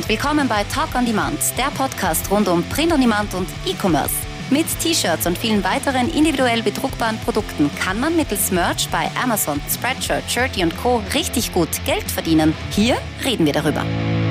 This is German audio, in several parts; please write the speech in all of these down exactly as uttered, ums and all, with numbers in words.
Willkommen bei Talk on Demand, der Podcast rund um Print on Demand und E-Commerce. Mit T-Shirts und vielen weiteren individuell bedruckbaren Produkten kann man mittels Merch bei Amazon, Spreadshirt, Shirty und Co. richtig gut Geld verdienen. Hier reden wir darüber.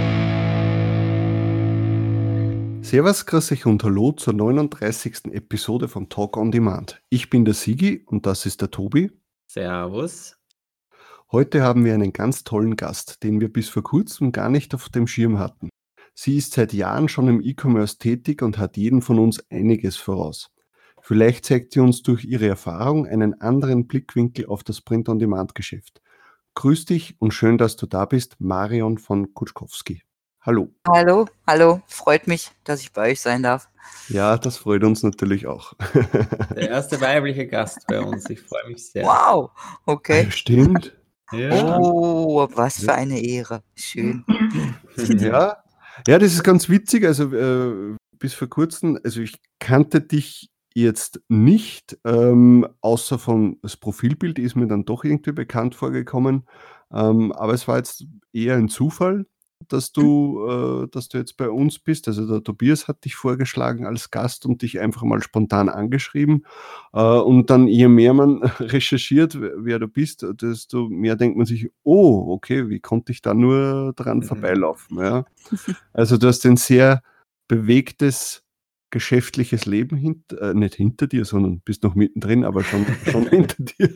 Servus, grüß euch und hallo zur neununddreißigsten Episode von Talk on Demand. Ich bin der Sigi und das ist der Tobi. Servus. Heute haben wir einen ganz tollen Gast, den wir bis vor kurzem gar nicht auf dem Schirm hatten. Sie ist seit Jahren schon im E-Commerce tätig und hat jedem von uns einiges voraus. Vielleicht zeigt sie uns durch ihre Erfahrung einen anderen Blickwinkel auf das Print-on-Demand-Geschäft. Grüß dich und schön, dass du da bist, Marion von Kutschkowski. Hallo. Hallo, hallo. Freut mich, dass ich bei euch sein darf. Ja, das freut uns natürlich auch. Der erste weibliche Gast bei uns. Ich freue mich sehr. Wow, okay. Ja, stimmt. Ja. Oh, was für eine Ehre. Schön. Ja, ja, das ist ganz witzig. Also äh, bis vor kurzem, also ich kannte dich jetzt nicht, ähm, außer von das Profilbild ist mir dann doch irgendwie bekannt vorgekommen. Ähm, aber es war jetzt eher ein Zufall, dass du, äh, dass du jetzt bei uns bist. Also der Tobias hat dich vorgeschlagen als Gast und dich einfach mal spontan angeschrieben. Äh, und dann, je mehr man recherchiert, wer du bist, desto mehr denkt man sich, oh, okay, wie konnte ich da nur dran Mhm. vorbeilaufen? Ja? Also du hast ein sehr bewegtes geschäftliches Leben hinter, äh, nicht hinter dir, sondern bist noch mittendrin, aber schon, schon hinter dir.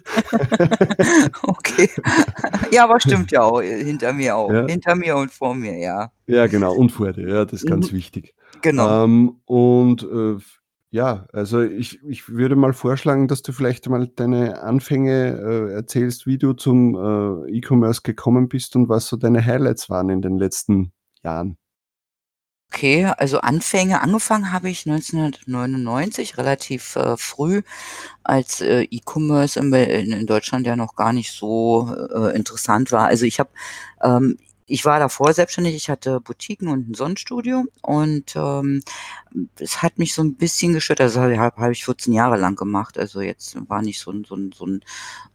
Okay. Ja, aber stimmt ja auch. Hinter mir auch. Ja. Hinter mir und vor mir, ja. Ja, genau, und vor dir, ja, das ist ganz Mhm. wichtig. Genau. Ähm, und äh, ja, also ich, ich würde mal vorschlagen, dass du vielleicht mal deine Anfänge äh, erzählst, wie du zum äh, E-Commerce gekommen bist und was so deine Highlights waren in den letzten Jahren. Okay, also Anfänge, angefangen habe ich neunzehnhundertneunundneunzig, relativ äh, früh, als äh, E-Commerce in, Be- in in Deutschland ja noch gar nicht so äh, interessant war. Also ich habe, ähm, ich war davor selbstständig, ich hatte Boutiquen und ein Sonnenstudio und ähm, es hat mich so ein bisschen gestört. Also habe hab hab ich vierzehn Jahre lang gemacht. Also jetzt war nicht so ein, so ein, so ein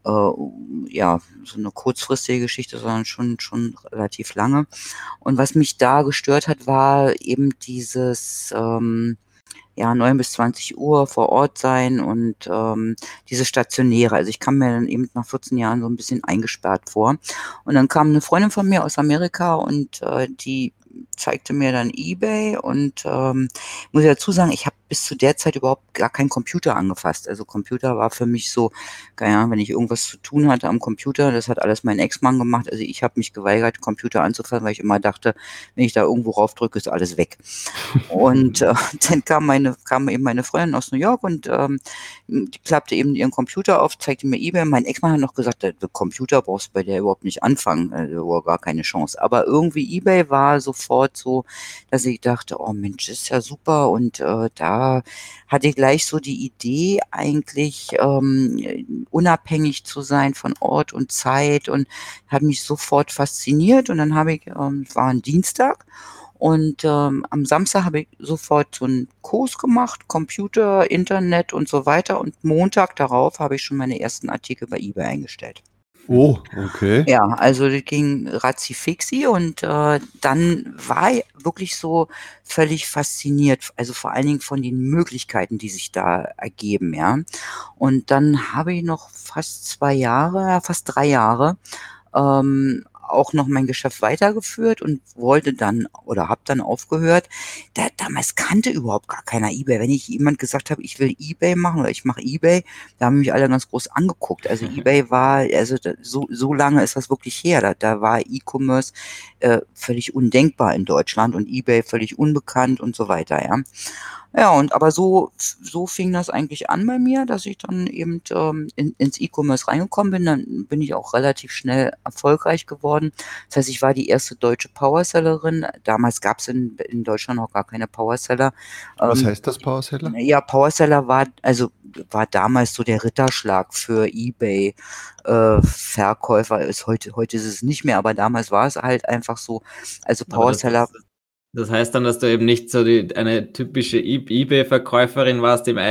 äh, ja, so eine kurzfristige Geschichte, sondern schon, schon relativ lange. Und was mich da gestört hat, war eben dieses, ähm, ja, neun bis zwanzig Uhr vor Ort sein und ähm, diese Stationäre. Also ich kam mir dann eben nach vierzehn Jahren so ein bisschen eingesperrt vor. Und dann kam eine Freundin von mir aus Amerika und äh, die zeigte mir dann eBay und ähm, muss ich dazu sagen, ich habe bis zu der Zeit überhaupt gar keinen Computer angefasst. Also Computer war für mich so, keine Ahnung, wenn ich irgendwas zu tun hatte am Computer, das hat alles mein Ex-Mann gemacht. Also ich habe mich geweigert, Computer anzufassen, weil ich immer dachte, wenn ich da irgendwo raufdrücke, ist alles weg. Und äh, dann kam meine, kam eben meine Freundin aus New York und ähm, die klappte eben ihren Computer auf, zeigte mir eBay. Mein Ex-Mann hat noch gesagt, der Computer brauchst du bei der überhaupt nicht anfangen, also war gar keine Chance. Aber irgendwie eBay war sofort so, dass ich dachte, oh Mensch, ist ja super. Und äh, da hatte ich gleich so die Idee, eigentlich ähm, unabhängig zu sein von Ort und Zeit und hat mich sofort fasziniert. Und dann habe ich, ähm, es war ein Dienstag. Und ähm, am Samstag habe ich sofort so einen Kurs gemacht, Computer, Internet und so weiter. Und Montag darauf habe ich schon meine ersten Artikel bei eBay eingestellt. Oh, okay. Ja, also das ging ratzi-fixi und äh, dann war ich wirklich so völlig fasziniert, also vor allen Dingen von den Möglichkeiten, die sich da ergeben, ja. Und dann habe ich noch fast zwei Jahre, ja, fast drei Jahre ähm, auch noch mein Geschäft weitergeführt und wollte dann oder habe dann aufgehört. Da, damals kannte überhaupt gar keiner eBay. Wenn ich jemand gesagt habe, ich will eBay machen oder ich mache eBay, da haben mich alle ganz groß angeguckt. Also eBay war, also da, so, so lange ist das wirklich her. Da, da war E-Commerce äh, völlig undenkbar in Deutschland und eBay völlig unbekannt und so weiter, ja. Ja, und aber so, so fing das eigentlich an bei mir, dass ich dann eben ähm, in, ins E-Commerce reingekommen bin. Dann bin ich auch relativ schnell erfolgreich geworden. Das heißt, ich war die erste deutsche Powersellerin. Damals gab es in, in Deutschland noch gar keine Powerseller. Was Ähm, heißt das, Powerseller? ja, Powerseller war, also war damals so der Ritterschlag für eBay äh, Verkäufer. Ist heute, heute ist es nicht mehr, aber damals war es halt einfach so. Also Aber das, Powerseller. das, das heißt dann, dass du eben nicht so die, eine typische E- eBay-Verkäuferin warst im eigentlichen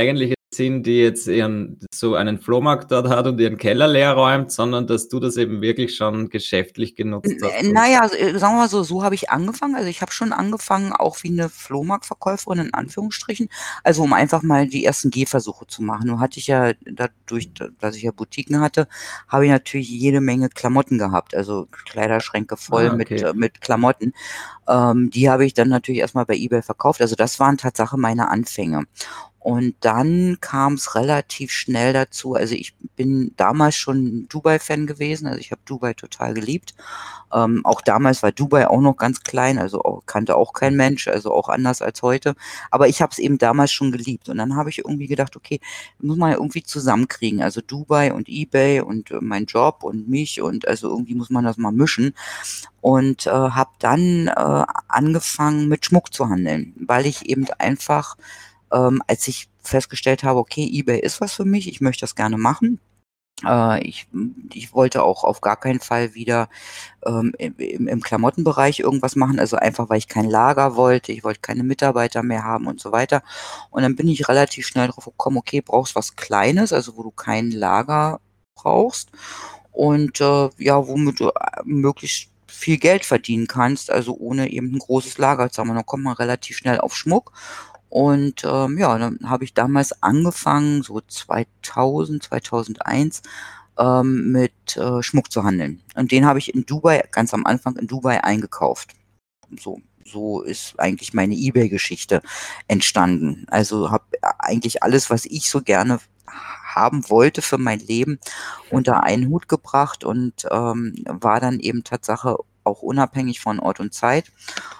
sind, die jetzt ihren, so einen Flohmarkt dort hat und ihren Keller leer räumt, sondern dass du das eben wirklich schon geschäftlich genutzt N hast. äh, na ja, äh, sagen wir mal so, so habe ich angefangen. Also, ich habe schon angefangen, auch wie 'ne Flohmarktverkäuferin in Anführungsstrichen, also, um einfach mal die ersten Gehversuche zu machen. Nun hatte ich ja dadurch, d dass ich ja Boutiquen hatte, habe ich natürlich jede Menge Klamotten gehabt, also, Kleiderschränke voll Ah, mit okay. äh, mit Klamotten. Ähm, die habe ich dann natürlich erst mal bei eBay verkauft. Also, das waren Tatsache meine Anfänge. Und dann kam's relativ schnell dazu, also, ich bin damals schon Dubai-Fan gewesen, also, ich habe Dubai total geliebt. Ähm, auch damals war Dubai auch noch ganz klein, also, au kannte auch kein Mensch, also, auch anders als heute. Aber ich habe es eben damals schon geliebt. Und dann habe ich irgendwie gedacht: „Okay, muss man ja irgendwie zusammenkriegen, also, Dubai und eBay und, äh, mein Job und mich und also, irgendwie muss man das mal mischen." Und, äh, habe dann, äh, angefangen, mit Schmuck zu handeln, weil ich eben einfach, ähm, als ich festgestellt habe: „Okay, eBay ist was für mich, ich möchte das gerne machen." Äh, ich hm, ich wollte auch auf gar keinen Fall wieder, ähm, im im im Klamottenbereich irgendwas machen, also, einfach, weil ich kein Lager wollte. Ich wollte keine Mitarbeiter mehr haben und so weiter. Und dann bin ich relativ schnell drauf gekommen: „Okay, brauchst was Kleines, also, wo du kein Lager brauchst und, äh, ja, womit du, äh, möglichst viel Geld verdienen kannst, also, ohne eben 'n großes Lager zu haben." Und dann kommt man relativ schnell auf Schmuck. Und, ähm, ja, dann habe ich damals angefangen, so zweitausend, zweitausendeins, ähm, mit, äh, Schmuck zu handeln. Und den habe ich in Dubai ganz am Anfang in Dubai eingekauft. So so ist eigentlich meine eBay-Geschichte entstanden. Also, habe eigentlich alles, was ich so gerne haben wollte für mein Leben, unter einen Hut gebracht und, ähm, war dann eben Tatsache auch unabhängig von Ort und Zeit.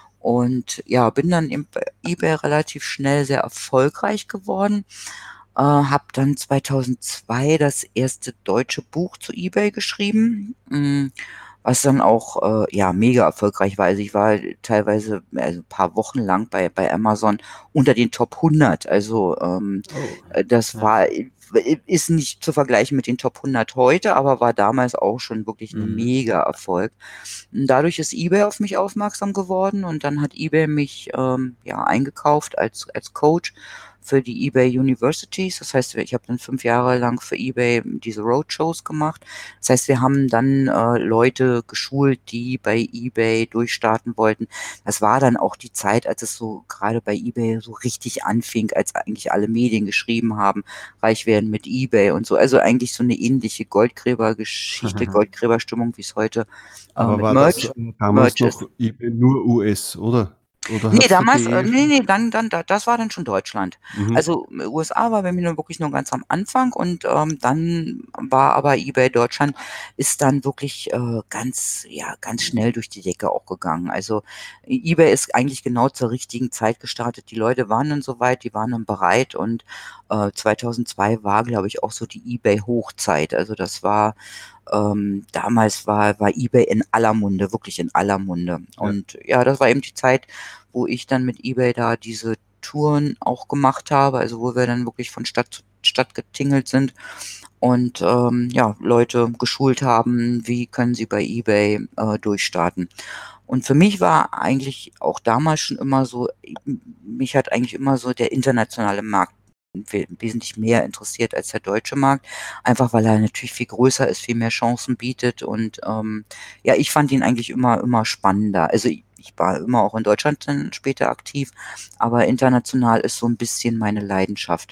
Und ja, bin dann eben bei eBay relativ schnell sehr erfolgreich geworden, äh, habe dann zweitausendzwei das erste deutsche Buch zu eBay geschrieben, hm, was dann auch, äh, ja, mega erfolgreich war. Also, ich war teilweise, also, paar Wochen lang bei bei Amazon unter den Top hundert. Also, ähm, Oh, äh, das ja. war i ist nicht zu vergleichen mit den Top hundert heute, aber war damals auch schon wirklich 'n Mhm. Mega-Erfolg. Hm, dadurch ist eBay auf mich aufmerksam geworden und dann hat eBay mich, ähm, ja, eingekauft als als Coach für die eBay Universities. Das heißt, ich habe dann fünf Jahre lang für eBay diese Roadshows gemacht. Das heißt, wir haben dann, äh, Leute geschult, die bei eBay durchstarten wollten. Das war dann auch die Zeit, als es so grade bei eBay so richtig anfing, als eigentlich alle Medien geschrieben haben: „Reich werden mit eBay" und so. Also, eigentlich so 'ne ähnliche Goldgräbergeschichte, Goldgräberstimmung, wie's heute, äh, Aber mit war das, Merch ähm, damals Merch ist. noch eBay nur U S, oder? Oder Ne, hat's da damals äh, die ne, schon? ne, dann dann da das war dann schon Deutschland. Mhm. Also, U S A war bei mir nur wirklich nur ganz am Anfang und, ähm, dann war aber eBay Deutschland ist dann wirklich, äh, ganz ja, ganz schnell durch die Decke auch gegangen. Also, e eBay ist eigentlich genau zur richtigen Zeit gestartet. Die Leute waren dann so weit, die waren dann bereit und, äh, zweitausendzwei war, glaube ich, auch so die eBay-Hochzeit. Also, das war ähm, damals war war eBay in aller Munde, wirklich in aller Munde. Ja. Und ja, das war eben die Zeit, wo ich dann mit eBay da diese Touren auch gemacht habe, also, wo wir dann wirklich von Stadt zu Stadt getingelt sind und, ähm, ja, Leute geschult haben, wie können sie bei eBay, äh, durchstarten. Und für mich war eigentlich auch damals schon immer so m mich hat eigentlich immer so der internationale Markt we wesentlich mehr interessiert als der deutsche Markt, einfach weil er natürlich viel größer ist, viel mehr Chancen bietet und, ähm, ja, ich fand ihn eigentlich immer immer spannender. Also, i ich war immer auch in Deutschland dann später aktiv, aber international ist so 'n bisschen meine Leidenschaft.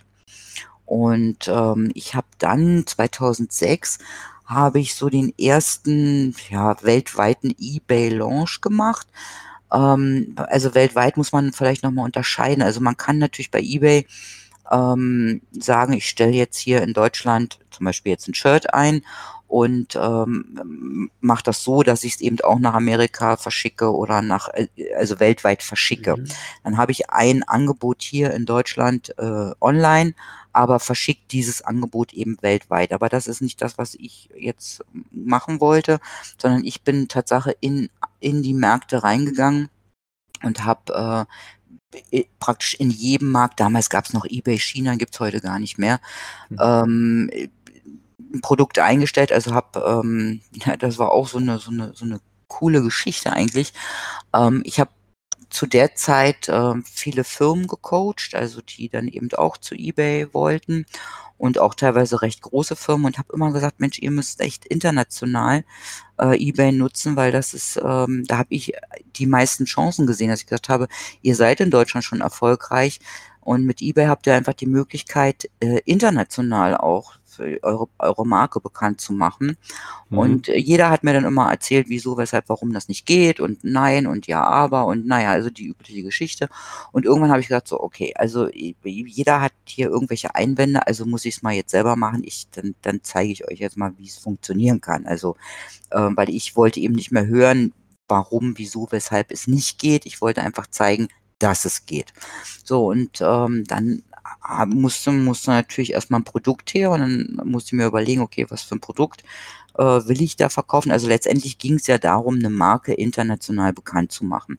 Und, ähm, ich habe dann zweitausendsechs habe ich so den ersten, ja, weltweiten eBay-Launch gemacht. Ähm, also, weltweit muss man vielleicht noch mal unterscheiden. Also, man kann natürlich bei eBay, ähm, sagen: „Ich stelle jetzt hier in Deutschland zum Beispiel jetzt 'n Shirt ein und, ähm, m mache das so, dass ich's eben auch nach Amerika verschicke oder nach äh, also, weltweit verschicke." Mhm. Dann habe ich ein Angebot hier in Deutschland, äh, online, aber verschicke dieses Angebot eben weltweit. Aber das ist nicht das, was ich jetzt m machen wollte, sondern ich bin Tatsache in in die Märkte reingegangen und habe, äh, e praktisch in jedem Markt damals gab's noch eBay China, gibt's heute gar nicht mehr, Mhm. ähm, äh, 'n Produkt eingestellt, also, habe, ähm ja, das war auch so 'ne so 'ne so 'ne coole Geschichte eigentlich. Ähm, ich habe zu der Zeit äh, viele Firmen gecoacht, also die dann eben auch zu eBay wollten und auch teilweise recht große Firmen und habe immer gesagt, Mensch, ihr müsst echt international äh, eBay nutzen, weil das ist, ähm, da habe ich die meisten Chancen gesehen, dass ich gesagt habe, ihr seid in Deutschland schon erfolgreich und mit eBay habt ihr einfach die Möglichkeit, äh, international auch für eure, eure Marke bekannt zu machen. Mhm. Und äh, jeder hat mir dann immer erzählt, wieso, weshalb, warum das nicht geht und nein und ja, aber und naja, also die übliche Geschichte. Und irgendwann habe ich gesagt, so, okay, also i- jeder hat hier irgendwelche Einwände, also muss ich es mal jetzt selber machen. Ich, dann, dann zeige ich euch jetzt mal, wie es funktionieren kann. Also, ähm, weil ich wollte eben nicht mehr hören, warum, wieso, weshalb es nicht geht. Ich wollte einfach zeigen, dass es geht. So, und ähm, dann ah, musste, musste natürlich erstmal ein Produkt her und dann musste ich mir überlegen, okay, was für ein Produkt äh, will ich da verkaufen? Also letztendlich ging es ja darum, eine Marke international bekannt zu machen.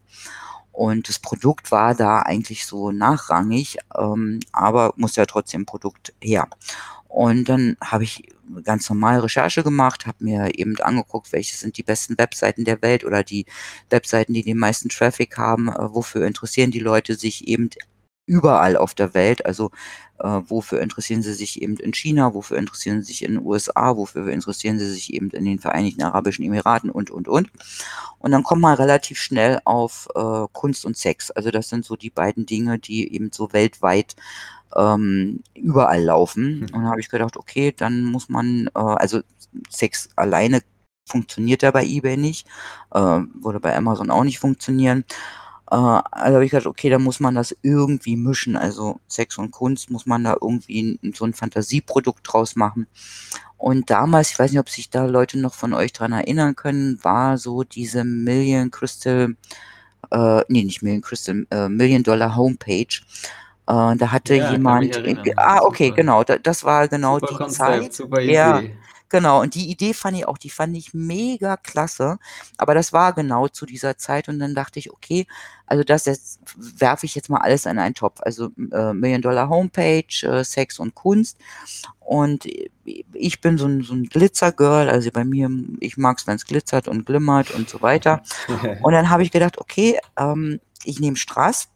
Und das Produkt war da eigentlich so nachrangig, ähm, aber muss ja trotzdem Produkt her. Und dann habe ich ganz normal Recherche gemacht, habe mir eben angeguckt, welche sind die besten Webseiten der Welt oder die Webseiten, die den meisten Traffic haben, äh, wofür interessieren die Leute sich eben überall auf der Welt, also äh, wofür interessieren sie sich eben in China, wofür interessieren sie sich in den U S A, wofür interessieren sie sich eben in den Vereinigten Arabischen Emiraten und, und, und. Und dann kommt man relativ schnell auf äh, Kunst und Sex. Also das sind so die beiden Dinge, die eben so weltweit ähm, überall laufen. Und dann habe ich gedacht, okay, dann muss man, äh, also Sex alleine funktioniert ja bei eBay nicht, äh, würde bei Amazon auch nicht funktionieren. Äh, also habe ich gedacht, okay, da muss man das irgendwie mischen. Also Sex und Kunst muss man da irgendwie n- so ein Fantasieprodukt draus machen. Und damals, ich weiß nicht, ob sich da Leute noch von euch dran erinnern können, war so diese Million Crystal, äh, nee, nicht Million Crystal, äh, Million Dollar Homepage. Äh, da hatte Ja, ich kann mich jemand, äh, erinnern. ah, okay, Super. genau, da, das war genau Super die Konzept, Zeit. super Ja, Idee. genau. Und die Idee fand ich auch, die fand ich mega klasse. Aber das war genau zu dieser Zeit. Und dann dachte ich, okay, also das jetzt werfe ich jetzt mal alles in einen Topf. Also äh, Million Dollar Homepage, äh, Sex und Kunst. Und ich bin so ein, so ein Glitzer-Girl, also bei mir, ich mag es, wenn es glitzert und glimmert und so weiter. Und dann habe ich gedacht, okay, ähm, ich nehme Strass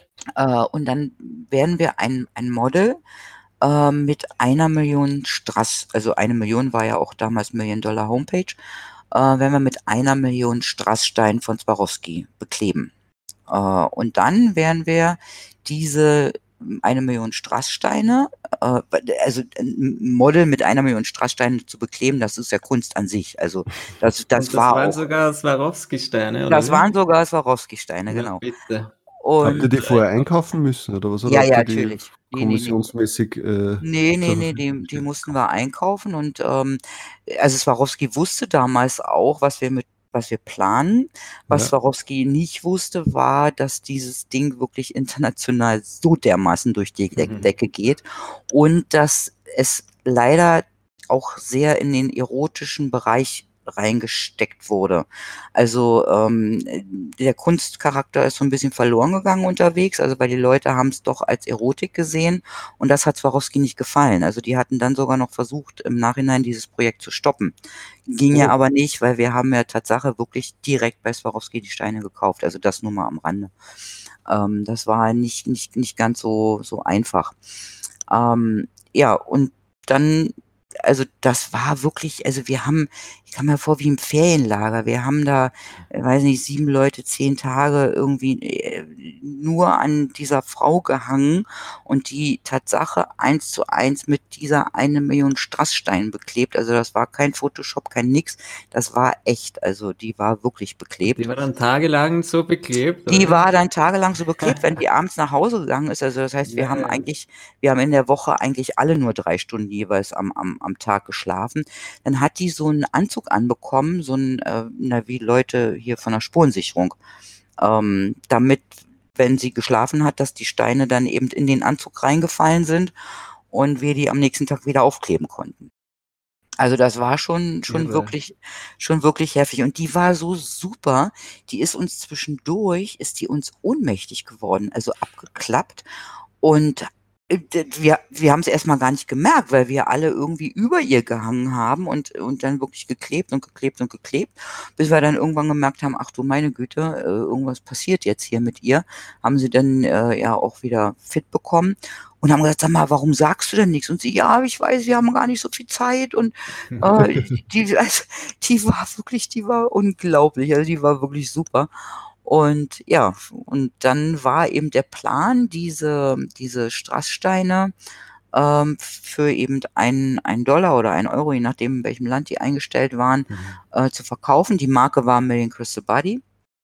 äh, und dann werden wir ein, ein Model äh, mit einer Million Strass, also eine Million war ja auch damals Million Dollar Homepage, äh, werden wir mit einer Million Strassstein von Swarovski bekleben. Äh, und dann werden wir diese eine Million Strasssteine, äh, also ein Model mit einer Million Strasssteine zu bekleben, das ist ja Kunst an sich. Also das, das Und das war waren auch, sogar Swarovski-Steine, oder das wie? waren sogar Swarovski-Steine, Ja, genau. bitte. Habt ihr Und die äh, vorher einkaufen müssen oder was? Oder ja, habt ja, ihr die natürlich. Nee, nee, nee. kommissionsmäßig äh, Nee, nee, zur nee, Verfügung die, die gestellt? mussten wir einkaufen und ähm, also Swarovski wusste damals auch, was wir mit, was wir planen. Was Ja. Swarovski nicht wusste, war, dass dieses Ding wirklich international so dermaßen durch die De Mhm. Decke geht und dass es leider auch sehr in den erotischen Bereich reingesteckt wurde. Also ähm, der Kunstcharakter ist so ein bisschen verloren gegangen unterwegs, also weil die Leute haben es doch als Erotik gesehen und das hat Swarovski nicht gefallen. Also die hatten dann sogar noch versucht, im Nachhinein dieses Projekt zu stoppen. Ging ja Oh. aber nicht, weil wir haben ja Tatsache wirklich direkt bei Swarovski die Steine gekauft. Also das nur mal am Rande. Ähm, das war nicht, nicht, nicht ganz so, so einfach. Ähm, ja, und dann, also das war wirklich, also wir haben, ich kam mir vor wie im Ferienlager. Wir haben da, äh, weiß nicht, sieben Leute, zehn Tage irgendwie äh, nur an dieser Frau gehangen und die Tatsache eins zu eins mit dieser eine Million Strassstein beklebt. Also das war kein Photoshop, kein nix. Das war echt. Also die war wirklich beklebt. Die war dann tagelang so beklebt, oder Die wie? war dann tagelang so beklebt, wenn die abends nach Hause gegangen ist. Also das heißt, wir Ja, haben ja. eigentlich, wir haben in der Woche eigentlich alle nur drei Stunden jeweils am, am, am Tag geschlafen. Dann hat die so einen Anzug anbekommen, so ein, äh, na, wie Leute hier von der Spurensicherung, ähm, damit, wenn sie geschlafen hat, dass die Steine dann eben in den Anzug reingefallen sind und wir die am nächsten Tag wieder aufkleben konnten. Also das war schon schon Irre. wirklich schon wirklich heftig und die war so super. Die ist uns zwischendurch ist die uns ohnmächtig geworden, also abgeklappt und wir, wir haben es erstmal gar nicht gemerkt, weil wir alle irgendwie über ihr gehangen haben und, und dann wirklich geklebt und geklebt und geklebt, bis wir dann irgendwann gemerkt haben, ach du meine Güte, äh, irgendwas passiert jetzt hier mit ihr. Haben sie dann äh, ja auch wieder fit bekommen und haben gesagt, sag mal, warum sagst du denn nichts? Und sie, ja, ich weiß, wir haben gar nicht so viel Zeit und äh, die, also, die war wirklich, die war unglaublich, also die war wirklich super. Und ja, und dann war eben der Plan, diese, diese Strasssteine ähm, für eben einen, einen Dollar oder einen Euro, je nachdem, in welchem Land die eingestellt waren, Mhm. äh, zu verkaufen. Die Marke war Million Crystal Body.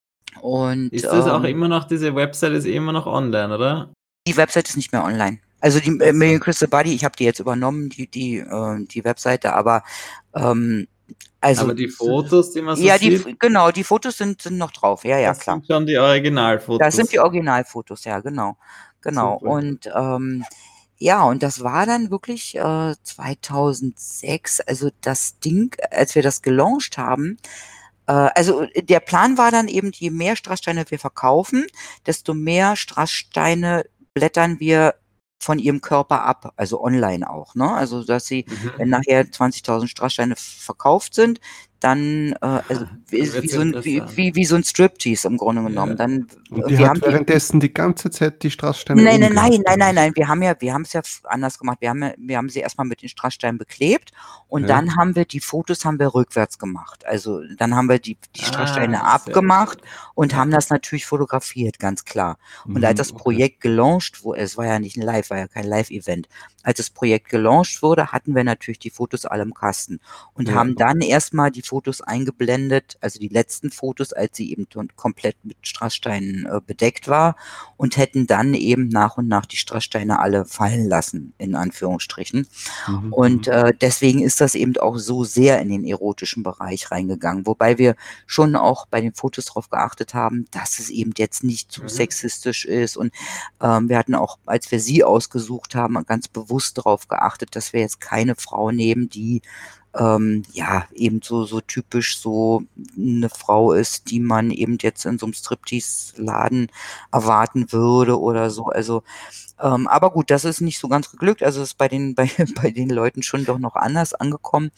Und Ist das auch ähm, immer noch, diese Website ist immer noch online, oder? die Website ist nicht mehr online. Also die äh, Million Crystal Body, ich habe die jetzt übernommen, die, die, äh, die Webseite, aber ähm, also Aber die Fotos, die man so ja, die, sieht, genau, die Fotos sind, sind noch drauf, ja, ja, das klar. sind schon die Originalfotos. Das sind die Originalfotos, ja, genau. Genau. Super. Und ähm, ja, und das war dann wirklich äh, zweitausendsechs, also das Ding, als wir das gelauncht haben, äh, also der Plan war dann eben, je mehr Strasssteine wir verkaufen, desto mehr Strasssteine blättern wir von ihrem Körper ab, also online auch, ne? Also, dass sie, wenn Mhm. nachher zwanzigtausend Strasssteine verkauft sind, dann, äh, also Dann wie, wie wird's so ein wie, interessant. wie, wie so ein Striptease im Grunde Ja. genommen. Dann, Und die wir hat haben die, währenddessen die ganze Zeit die Strasssteine Nein, oben nein, nein, gehabt, nein, oder nein, was? nein. Wir haben ja, wir haben es ja f- anders gemacht. Wir haben, ja, wir haben sie erstmal mit den Strasssteinen beklebt und Ja. dann haben wir die Fotos haben wir rückwärts gemacht. Also dann haben wir die, die Strasssteine Ah, sehr abgemacht gut. und Ja. haben das natürlich fotografiert, ganz klar. Und als Mhm, das okay. Projekt gelauncht wurde, es war ja nicht ein Live, war ja kein Live-Event. Als das Projekt gelauncht wurde, hatten wir natürlich die Fotos alle im Kasten und Ja, haben dann okay. erstmal die Fotos eingeblendet, also die letzten Fotos, als sie eben ton- komplett mit Strasssteinen äh, bedeckt war und hätten dann eben nach und nach die Strasssteine alle fallen lassen, in Anführungsstrichen. Mhm, Und mhm. äh, deswegen ist das eben auch so sehr in den erotischen Bereich reingegangen, wobei wir schon auch bei den Fotos darauf geachtet haben, dass es eben jetzt nicht zu Mhm. sexistisch ist. Und ähm, wir hatten auch, als wir sie ausgesucht haben, ganz bewusst darauf geachtet, dass wir jetzt keine Frau nehmen, die ähm, ja, eben so, so typisch so eine Frau ist, die man eben jetzt in so einem Striptease-Laden erwarten würde oder so. Also, ähm, aber gut, das ist nicht so ganz geglückt. Also ist bei den, bei, bei den Leuten schon doch noch anders angekommen.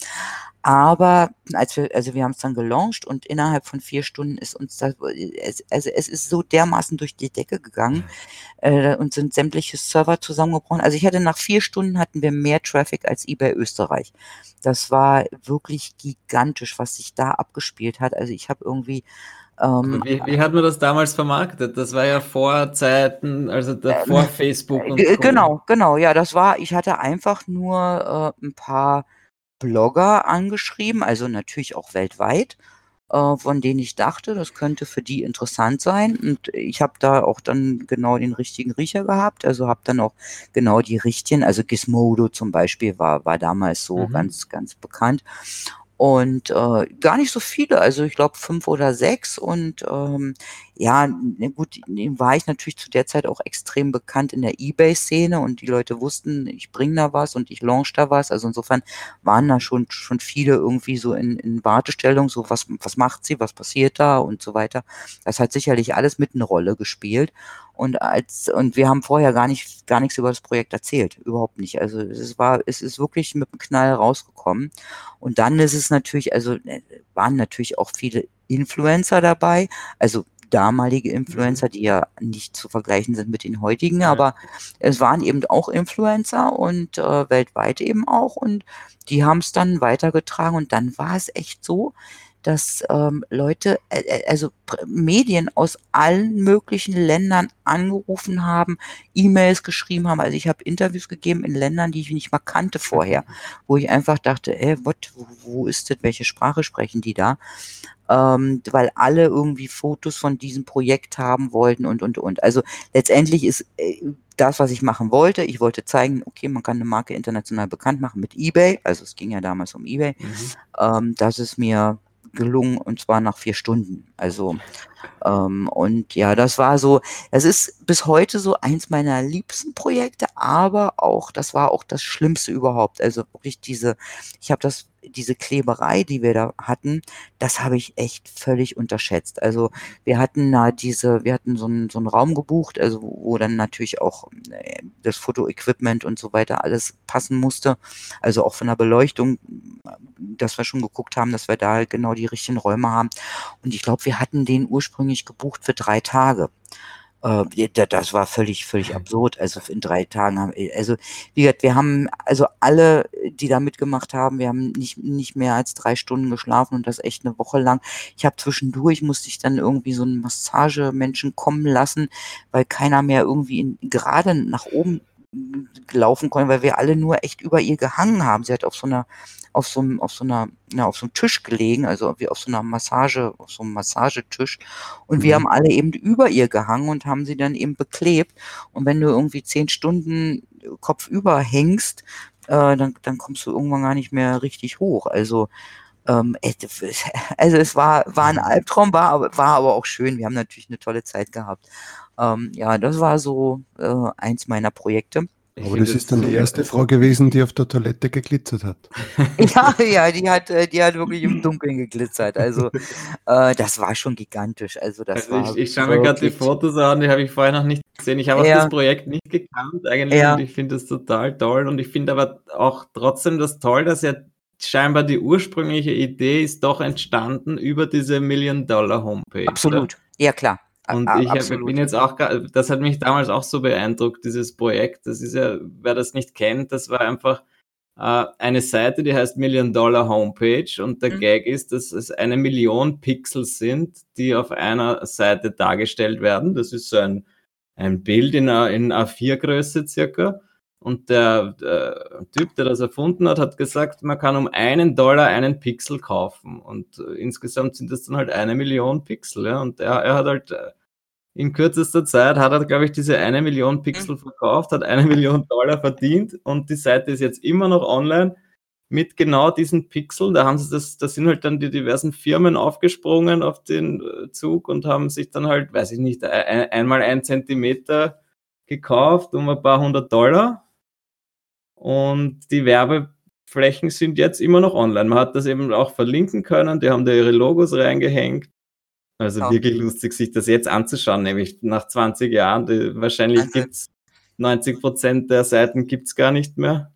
Aber als wir, also wir haben es dann gelauncht und innerhalb von vier Stunden ist uns das, es, also es ist so dermaßen durch die Decke gegangen äh, und sind sämtliche Server zusammengebrochen. Also ich hatte nach vier Stunden hatten wir mehr Traffic als eBay Österreich. Das war wirklich gigantisch, was sich da abgespielt hat. Also ich habe irgendwie Aber ähm, wie, wie hat man das damals vermarktet? Das war ja vor Zeiten, also davor ähm, Facebook äh, und ge- Co. genau, genau, ja, das war, ich hatte einfach nur äh, ein paar Blogger angeschrieben, also natürlich auch weltweit, äh, von denen ich dachte, das könnte für die interessant sein. Und ich habe da auch dann genau den richtigen Riecher gehabt, also habe dann auch genau die richtigen, also Gizmodo zum Beispiel war, war damals so Mhm. ganz, ganz bekannt. Und äh, gar nicht so viele, also ich glaube fünf oder sechs. Und ähm, ja, ne, gut, ne, war ich natürlich zu der Zeit auch extrem bekannt in der eBay-Szene und die Leute wussten, ich bringe da was und ich launch da was. Also insofern waren da schon, schon viele irgendwie so in, in Wartestellung, so was, was macht sie, was passiert da und so weiter. Das hat sicherlich alles mit eine Rolle gespielt. Und als, und wir haben vorher gar nicht, gar nichts über das Projekt erzählt. Überhaupt nicht. Also es war, es ist wirklich mit einem Knall rausgekommen. Und dann ist es natürlich, also äh, waren natürlich auch viele Influencer dabei, also damalige Influencer, die ja nicht zu vergleichen sind mit den heutigen, Ja. aber es waren eben auch Influencer und äh, weltweit eben auch und die haben es dann weitergetragen und dann war es echt so, dass ähm, Leute, äh, äh, also Pr- Medien aus allen möglichen Ländern angerufen haben, E-Mails geschrieben haben. Also ich habe Interviews gegeben in Ländern, die ich nicht mal kannte vorher, wo ich einfach dachte, ey, what, wo, wo ist das, welche Sprache sprechen die da? Ähm, weil alle irgendwie Fotos von diesem Projekt haben wollten und, und, und. Also letztendlich ist äh, das, was ich machen wollte, ich wollte zeigen, okay, man kann eine Marke international bekannt machen mit eBay, also es ging ja damals um eBay, Mhm. ähm, dass es mir gelungen und zwar nach vier Stunden. Also, ähm, und ja, das war so es ist bis heute so eins meiner liebsten Projekte, aber auch das war auch das Schlimmste überhaupt. Also, wirklich diese ich habe das diese Kleberei, die wir da hatten, das habe ich echt völlig unterschätzt. Also, wir hatten da diese wir hatten so 'n so 'n Raum gebucht, also, wo wo dann natürlich auch, äh, das Fotoequipment und so weiter alles passen musste. Also, auch von der Beleuchtung, dass wir schon geguckt haben, dass wir da halt genau die richtigen Räume haben. Und ich glaube, wir hatten den ursprünglich gebucht für drei Tage. Äh, d da das war völlig völlig absurd. Also, in drei Tagen haben äh, also, wie gesagt, wir haben also alle, die da mitgemacht haben, wir haben nicht nicht mehr als drei Stunden geschlafen und das echt 'ne Woche lang. Ich habe zwischendurch musste ich dann irgendwie so 'n Massagemenschen kommen lassen, weil keiner mehr irgendwie in gerade nach oben laufen konnte, weil wir alle nur echt über ihr gehangen haben. Sie hat auf so 'ner auf so 'm auf so 'ner ja, auf so 'm Tisch gelegen, also wie auf so 'ner Massage auf so 'm Massagetisch. Und wir Mhm. haben alle eben über ihr gehangen und haben sie dann eben beklebt. Und wenn du irgendwie zehn Stunden kopfüber hängst, äh, dann dann kommst du irgendwann gar nicht mehr richtig hoch. Also, ähm, äh, d also, es war war 'n Albtraum, war aber war aber auch schön. Wir haben natürlich 'ne tolle Zeit gehabt. Ähm, ja, das war so, äh, eins meiner Projekte. Ich Aber finde das das ist dann die super. erste Frau gewesen, die auf der Toilette geglitzert hat. Ja, ja, die hat äh, die hat wirklich im Dunkeln geglitzert. Also, äh, das war schon gigantisch. Also, das Also, ich war ich schaue mir grad die wirklich Fotos an, die habe ich vorher noch nicht gesehen. Ich habe auch das Ja. Projekt nicht gekannt eigentlich und Ja. ich finde das total toll und ich finde aber auch trotzdem das toll, dass ja scheinbar die ursprüngliche Idee ist doch entstanden über diese Million-Dollar-Homepage, ja? Absolut. Ja klar. A Und a ich habe bin absolut. jetzt auch gra das hat mich damals auch so beeindruckt, dieses Projekt. Das ist ja wer das nicht kennt, das war einfach, äh, eine Seite, die heißt Million-Dollar-Homepage und der Mhm. Gag ist, dass es eine Million Pixel sind, die auf einer Seite dargestellt werden. Das ist so ein ein Bild in A in A vier Größe circa. Und der der Typ, der das erfunden hat, hat gesagt, man kann um einen Dollar einen Pixel kaufen. Und, äh, insgesamt sind das dann halt eine Million Pixel, ja? Und er er hat halt, äh, in kürzester Zeit hat er, glaube ich, diese eine Million Mhm. Pixel verkauft, hat eine Million Dollar verdient und die Seite ist jetzt immer noch online mit genau diesen Pixeln. Da haben sie das da sind halt dann die diversen Firmen aufgesprungen auf den, äh, Zug und haben sich dann halt, weiß ich nicht, ei ei einmal ein Zentimeter gekauft um ein paar hundert Dollar. Und die Werbeflächen sind jetzt immer noch online. Man hat das eben auch verlinken können, die haben da ihre Logos reingehängt. Also, Ja. wirklich lustig, sich das jetzt anzuschauen, nämlich nach zwanzig Jahren. Die wahrscheinlich Also gibt's neunzig Prozent der Seiten gibt's gar nicht mehr.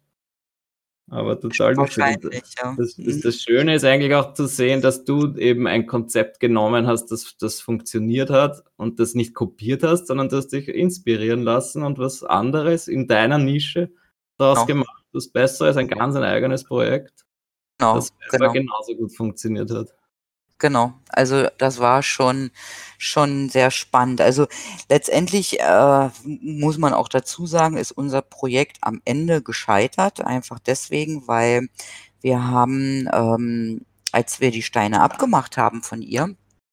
Aber total lustig. Und Wahrscheinlich, ja. das das Mhm. das Schöne ist eigentlich auch zu sehen, dass du eben ein Konzept genommen hast, das das funktioniert hat und das nicht kopiert hast, sondern du hast dich inspirieren lassen und was anderes in deiner Nische draus Genau. gemacht, was besser ist, ein ganz ein eigenes Projekt, Genau, das selber genau. genauso gut funktioniert hat. Genau. Also, das war schon schon sehr spannend. Also, letztendlich, äh, m muss man auch dazu sagen, ist unser Projekt am Ende gescheitert, einfach deswegen, weil wir haben, ähm, als wir die Steine abgemacht haben von ihr,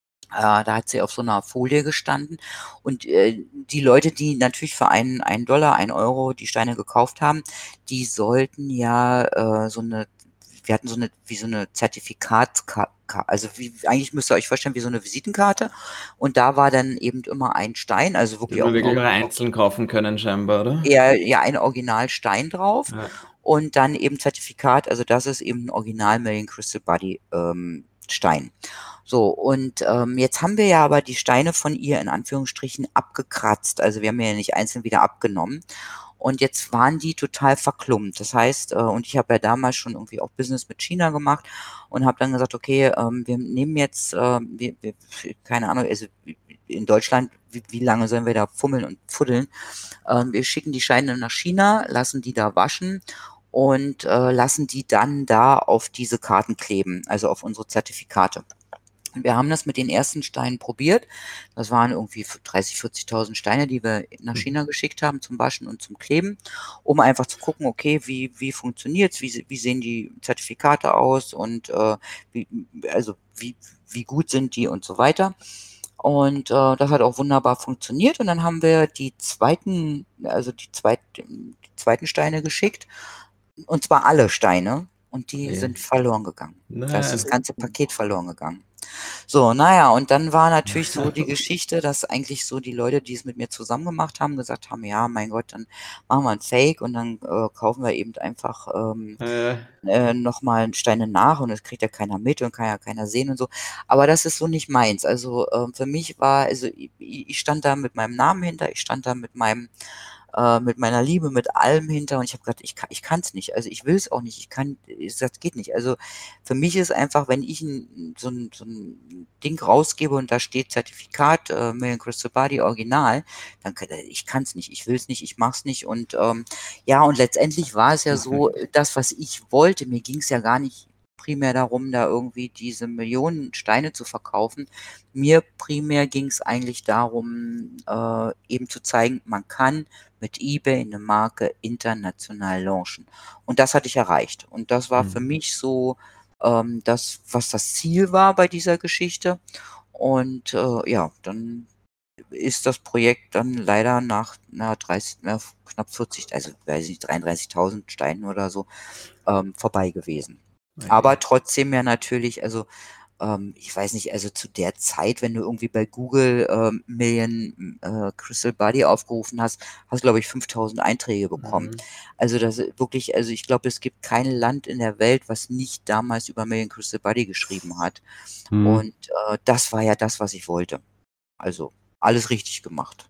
äh, da hat sie auf so 'ner Folie gestanden und, äh, die Leute, die natürlich für einen einen Dollar, ein Euro die Steine gekauft haben, die sollten ja, äh, so 'ne wir hatten so 'ne wie so 'ne Zertifikatska Ka also, wie eigentlich müsst ihr euch vorstellen wie so 'ne Visitenkarte und da war dann eben immer ein Stein, also Die wirklich man auch 'n wirklich Or auch einzeln kaufen können scheinbar, oder? Ja, ja, ein Originalstein drauf Ja. und dann eben Zertifikat, also das ist eben 'n Original Million Crystal Body, ähm, Stein. So, und, ähm, jetzt haben wir ja aber die Steine von ihr in Anführungsstrichen abgekratzt. Also, wir haben ja nicht einzeln wieder abgenommen. Und jetzt waren die total verklumpt. Das heißt, äh und ich habe ja damals schon irgendwie auch Business mit China gemacht und habe dann gesagt: „Okay, ähm, wir nehmen jetzt, ähm wir wir keine Ahnung, also in Deutschland, wie wie lange sollen wir da fummeln und fuddeln? Ähm, wir schicken die Steine nach China, lassen die da waschen und, äh, lassen die dann da auf diese Karten kleben, also auf unsere Zertifikate.“ Und wir haben das mit den ersten Steinen probiert. Das waren irgendwie f dreißig, vierzigtausend Steine, die wir nach Mhm. China geschickt haben zum Waschen und zum Kleben, um einfach zu gucken, okay, wie wie funktioniert's? Wie se wie sehen die Zertifikate aus und, äh, wie also, wie wie gut sind die und so weiter. Und, äh, das hat auch wunderbar funktioniert und dann haben wir die zweiten also, die zweit die zweiten Steine geschickt und zwar alle Steine. und die Ja. sind verloren gegangen. Da ist das Nein. ganze Paket verloren gegangen. So, naja, und dann war natürlich so die Geschichte, dass eigentlich so die Leute, die es mit mir zusammen gemacht haben, gesagt haben, ja, mein Gott, dann machen wir ein Fake und dann äh, kaufen wir eben einfach ähm, Äh, äh, nochmal Steine nach und das kriegt ja keiner mit und kann ja keiner sehen und so. Aber das ist so nicht meins. Also ähm, für mich war, also ich, ich stand da mit meinem Namen hinter, ich stand da mit meinem äh, mit meiner Liebe, mit allem hinter und ich habe gesagt, ich kann ich kann's nicht. Also ich will es auch nicht. Ich kann, ich, das geht nicht. Also für mich ist einfach, wenn ich ein, so, ein, so ein Ding rausgebe und da steht Zertifikat äh, Million Crystal Body Original, dann kann, ich kann es nicht, ich will es nicht, ich mach's nicht und ähm, ja und letztendlich war es ja so, das was ich wollte, mir ging es ja gar nicht primär darum, da irgendwie diese Millionen Steine zu verkaufen. Mir primär ging es eigentlich darum, äh, eben zu zeigen, man kann mit eBay eine Marke international launchen. Und das hatte ich erreicht. Und das war für Mhm. mich so ähm, das, was das Ziel war bei dieser Geschichte. Und äh, ja, dann ist das Projekt dann leider nach na, dreißig, na, knapp vierzig, also weiß ich nicht, dreiunddreißigtausend Steinen oder so, ähm, vorbei gewesen. Aber Okay. trotzdem ja natürlich, also ähm, ich weiß nicht, also zu der Zeit, wenn du irgendwie bei Google ähm, Million äh, Crystal Body aufgerufen hast, hast du, glaube ich, fünftausend Einträge bekommen. Mhm. Also das ist wirklich, also ich glaube, es gibt kein Land in der Welt, was nicht damals über Million Crystal Body geschrieben hat. Mhm. Und äh, das war ja das, was ich wollte. Also alles richtig gemacht.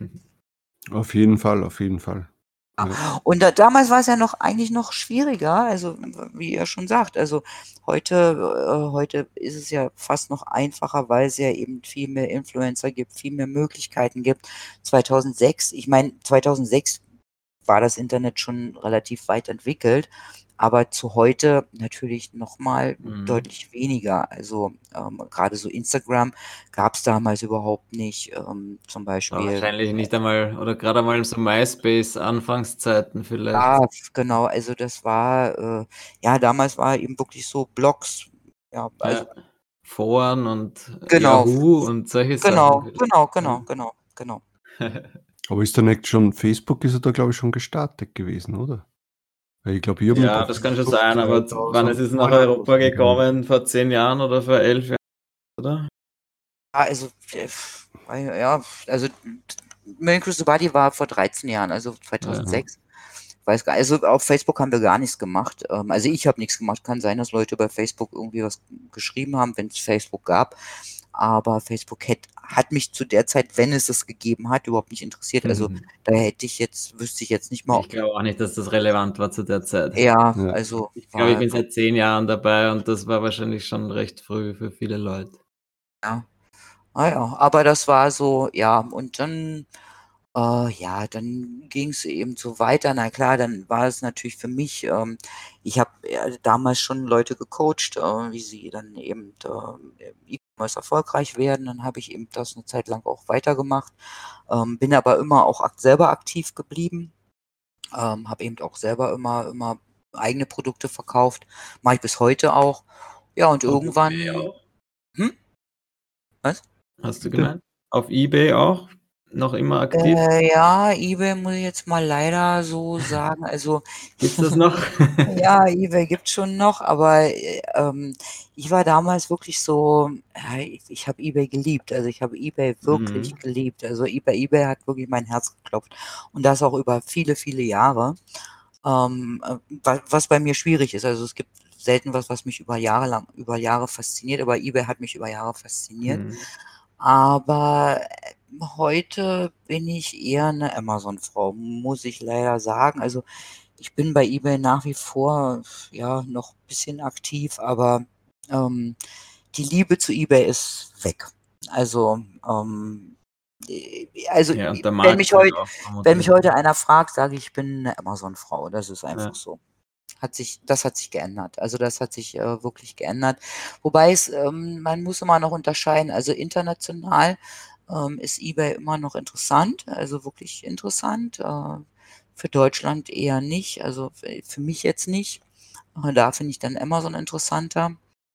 Auf jeden Fall, auf jeden Fall. Ja. Und da, damals war es ja noch eigentlich noch schwieriger, also wie ihr schon sagt, also heute, äh, heute ist es ja fast noch einfacher, weil es ja eben viel mehr Influencer gibt, viel mehr Möglichkeiten gibt. zweitausendsechs, ich meine, zweitausendsechs war das Internet schon relativ weit entwickelt, aber zu heute natürlich nochmal Mhm. deutlich weniger. Also ähm, gerade so Instagram gab es damals überhaupt nicht. Ähm, zum War Beispiel wahrscheinlich nicht einmal, oder gerade einmal so MySpace-Anfangszeiten vielleicht. Ja, genau, also das war, äh, ja, damals war eben wirklich so Blogs, ja, also Ja. Foren und genau, Yahoo und solche genau, Sachen. genau, genau, Ja. genau, genau. Aber ist da nicht schon, Facebook ist ja da, glaube ich, schon gestartet gewesen, oder? Weil ich glaube, ich habe Ja, das kann schon sein, aber wann es ist nach zweitausendneun Europa gegangen. gekommen? Vor zehn Jahren oder vor elf Jahren, oder? Ja, also, äh, ja, also Million Crystal Body war vor dreizehn Jahren, also zweitausendsechs. Weiß gar, also auf Facebook haben wir gar nichts gemacht. Ähm, also ich habe nichts gemacht. Kann sein, dass Leute bei Facebook irgendwie was geschrieben haben, wenn es Facebook gab. Aber Facebook hat, hat mich zu der Zeit, wenn es es gegeben hat, überhaupt nicht interessiert. Also Mhm. da hätte ich jetzt, wüsste ich jetzt nicht mal. Ich glaube auch nicht, dass das relevant war zu der Zeit. Ja, Ja. also Ich glaube, ich war, bin seit zehn Jahren dabei und das war wahrscheinlich schon recht früh für viele Leute. ja. Ah ja, aber das war so, ja, und dann, äh, ja, dann ging es eben so weiter. Na klar, dann war es natürlich für mich, ähm, ich habe äh, damals schon Leute gecoacht, äh, wie sie dann eben äh, im E-Commerce erfolgreich werden. Dann habe ich eben das eine Zeit lang auch weitergemacht, ähm, bin aber immer auch ak selber aktiv geblieben, ähm, habe eben auch selber immer, immer eigene Produkte verkauft, mache ich bis heute auch. Ja, und Auf irgendwann, eBay auch? hm? Was? Hast du Bitte? gemeint? Auf eBay auch? Noch immer aktiv? Äh, ja, eBay muss ich jetzt mal leider so sagen. Also, Gibt's das noch? ja, eBay gibt's schon noch, aber äh, ähm, ich war damals wirklich so, ja, ich, ich habe eBay geliebt. Also ich habe eBay wirklich Mhm. geliebt. Also eBay, eBay hat wirklich mein Herz geklopft. Und das auch über viele, viele Jahre. Ähm, äh, wa- was bei mir schwierig ist. Also es gibt selten was, was mich über Jahre lang, über Jahre fasziniert, aber eBay hat mich über Jahre fasziniert. Mhm. Aber äh, heute bin ich eher eine Amazon-Frau, muss ich leider sagen. Also ich bin bei eBay nach wie vor ja noch ein bisschen aktiv, aber ähm, die Liebe zu eBay ist weg. Also, ähm, äh, also Ja, und der wenn Markt mich halt heute, auch wenn mich vermutlich. heute einer fragt, sage ich, ich bin eine Amazon-Frau. Das ist einfach Ja. so. Hat sich, das hat sich geändert. Also das hat sich äh, wirklich geändert. Wobei es, ähm, man muss immer noch unterscheiden. Also international ähm, ist eBay immer noch interessant, also wirklich interessant. Äh, für Deutschland eher nicht, also für für mich jetzt nicht. Äh, Da finde ich dann Amazon interessanter.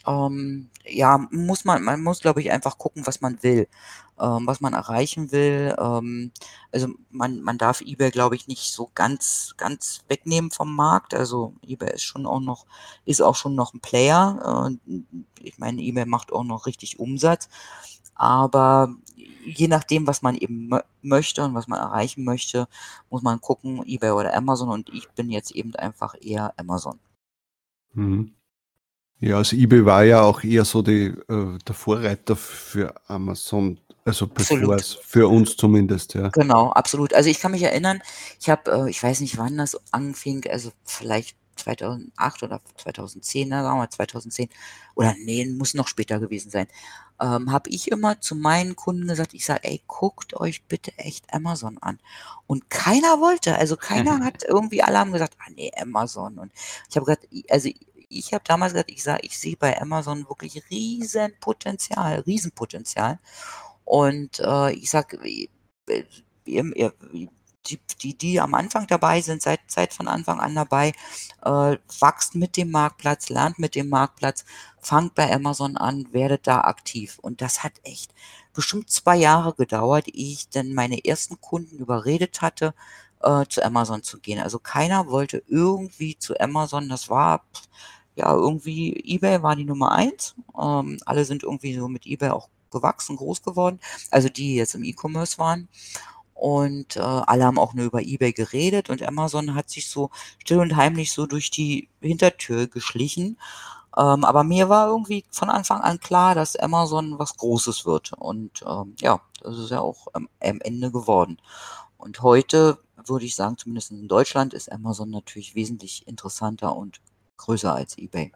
Ähm, ja, muss man man muss, glaube ich, einfach gucken, was man will, ähm, was man erreichen will. Ähm, also, man man darf eBay, glaube ich, nicht so ganz ganz wegnehmen vom Markt. Also, eBay ist schon auch noch ist auch schon noch 'n Player. Äh, ich meine, eBay macht auch noch richtig Umsatz, aber je nachdem, was man eben mö möchte und was man erreichen möchte, muss man gucken, eBay oder Amazon und ich bin jetzt eben einfach eher Amazon. Mhm. Ja, also eBay war ja auch eher so die, äh, der Vorreiter für Amazon, also bevor Absolut. es für uns zumindest, ja. Genau, absolut. Also, ich kann mich erinnern, ich habe, äh ich weiß nicht, wann das anfing, also vielleicht zweitausendacht oder zweitausendzehn, ne, sagen wir mal zweitausendzehn oder ne, muss noch später gewesen sein, ähm, habe ich immer zu meinen Kunden gesagt, ich sage: „Ey, guckt euch bitte echt Amazon an." Und keiner wollte, also keiner hat irgendwie alle haben gesagt: „Ah ne, Amazon." Und ich habe gesagt i also ich habe damals gesagt, ich sage, ich sehe bei Amazon wirklich Riesenpotenzial, Riesenpotenzial. Und, äh, ich sage, i äh, ihr ihr die die die am Anfang dabei sind, seid seid von Anfang an dabei, äh, wachst mit dem Marktplatz, lernt mit dem Marktplatz, fangt bei Amazon an, werdet da aktiv. Und das hat echt bestimmt zwei Jahre gedauert, ehe ich denn meine ersten Kunden überredet hatte, äh, zu Amazon zu gehen. Also, keiner wollte irgendwie zu Amazon. Das war, ja, irgendwie eBay war die Nummer eins. Ähm, alle sind irgendwie so mit eBay auch gewachsen, groß geworden, also die, die jetzt im E-Commerce waren. Und, äh, alle haben auch nur über eBay geredet und Amazon hat sich so still und heimlich so durch die Hintertür geschlichen. Ähm, aber mir war irgendwie von Anfang an klar, dass Amazon was Großes wird. Und, ähm, ja, das ist ja auch am am Ende geworden. Und heute würde ich sagen, zumindest in Deutschland ist Amazon natürlich wesentlich interessanter und größer als eBay.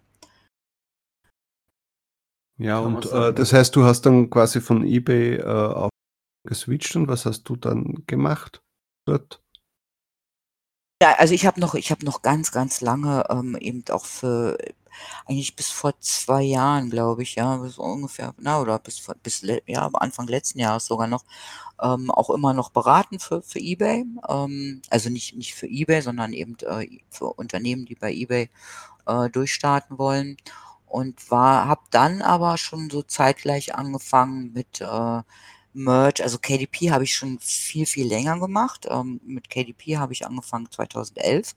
Ja, Kann man und, äh, sagen. das heißt, du hast dann quasi von eBay, äh, auf geswitcht und was hast du dann gemacht dort? Ja, also ich habe noch ich habe noch ganz, ganz lange, ähm, eben auch für eigentlich bis vor zwei Jahren, glaube ich, ja, so ungefähr, na, oder bis vor bis le ja, Anfang letzten Jahres sogar noch, ähm, auch immer noch beraten für für eBay. Ähm, also nicht nicht für eBay, sondern eben, äh, für Unternehmen, die bei eBay, äh, durchstarten wollen. Und war habe dann aber schon so zeitgleich angefangen mit, äh, Merch. Also K D P habe ich schon viel, viel länger gemacht. Ähm, mit K D P habe ich angefangen zweitausendelf,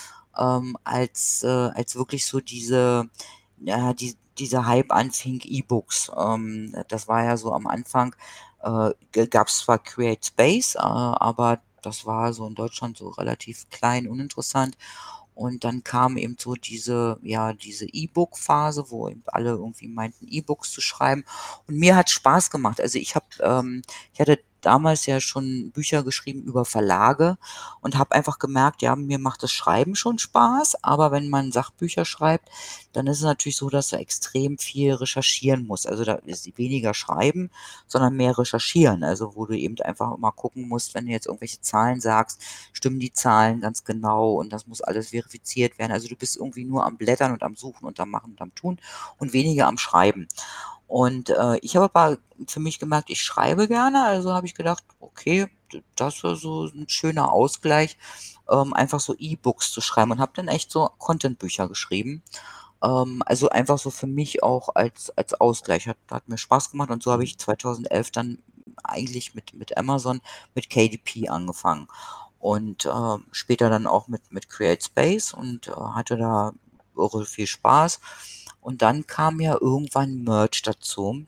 ähm, als, äh als wirklich so diese ja, die dieser Hype anfing, E-Books. Ähm, das war ja so am Anfang, äh, g gab's zwar CreateSpace, äh, aber das war so in Deutschland so relativ klein, uninteressant. Und dann kam eben so diese ja, diese E-Book-Phase, wo eben alle irgendwie meinten, E-Books zu schreiben. Und mir hat's Spaß gemacht. Also, ich habe ähm, ich hatte damals ja schon Bücher geschrieben über Verlage und habe einfach gemerkt, ja, mir macht das Schreiben schon Spaß, aber wenn man Sachbücher schreibt, dann ist es natürlich so, dass du extrem viel recherchieren musst. Also, da ist weniger schreiben, sondern mehr recherchieren. Also, wo du eben einfach mal gucken musst, wenn du jetzt irgendwelche Zahlen sagst, stimmen die Zahlen ganz genau und das muss alles verifiziert werden. Also, du bist irgendwie nur am Blättern und am Suchen und am Machen und am Tun und weniger am Schreiben. Und, äh, ich habe aber für mich gemerkt, ich schreibe gerne, also habe ich gedacht: „Okay, d das wäre so 'n schöner Ausgleich, ähm, einfach so E-Books zu schreiben." Und habe dann echt so Content-Bücher geschrieben. Ähm, also einfach so für mich auch als als Ausgleich. Hat hat mir Spaß gemacht und so habe ich zweitausendelf dann eigentlich mit mit Amazon, mit K D P angefangen und, ähm, später dann auch mit mit CreateSpace und, äh, hatte da irre viel Spaß. Und dann kam ja irgendwann Merch dazu.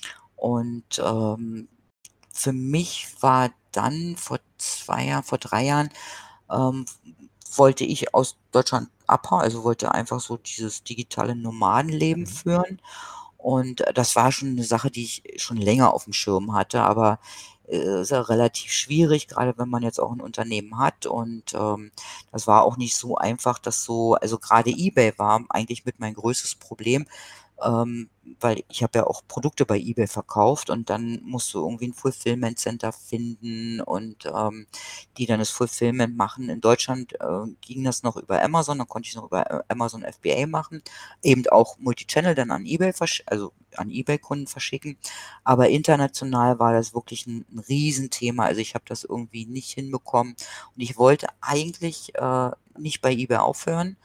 Und, ähm, für mich war dann vor zwei Jahren vor drei Jahren, ähm, wollte ich aus Deutschland abhauen, also wollte einfach so dieses digitale Nomadenleben Mhm. führen. Und, äh, das war schon 'ne Sache, die ich schon länger aufm Schirm hatte, aber, äh, ist ja relativ schwierig, grade wenn man jetzt auch 'n Unternehmen hat. Und, ähm, das war auch nicht so einfach, das so also grade eBay war eigentlich mit mein größtes Problem, ähm, weil ich habe ja auch Produkte bei eBay verkauft und dann musst du irgendwie 'n Fulfillment Center finden und, ähm, die dann das Fulfillment machen. In Deutschland, äh, ging das noch über Amazon, da konnte ich's noch über, äh, Amazon F B A machen, eben auch Multichannel dann an eBay versch also an eBay-Kunden verschicken. Aber international war das wirklich 'n 'n Riesenthema. Also, ich habe das irgendwie nicht hinbekommen und ich wollte eigentlich, äh, nicht bei eBay aufhören,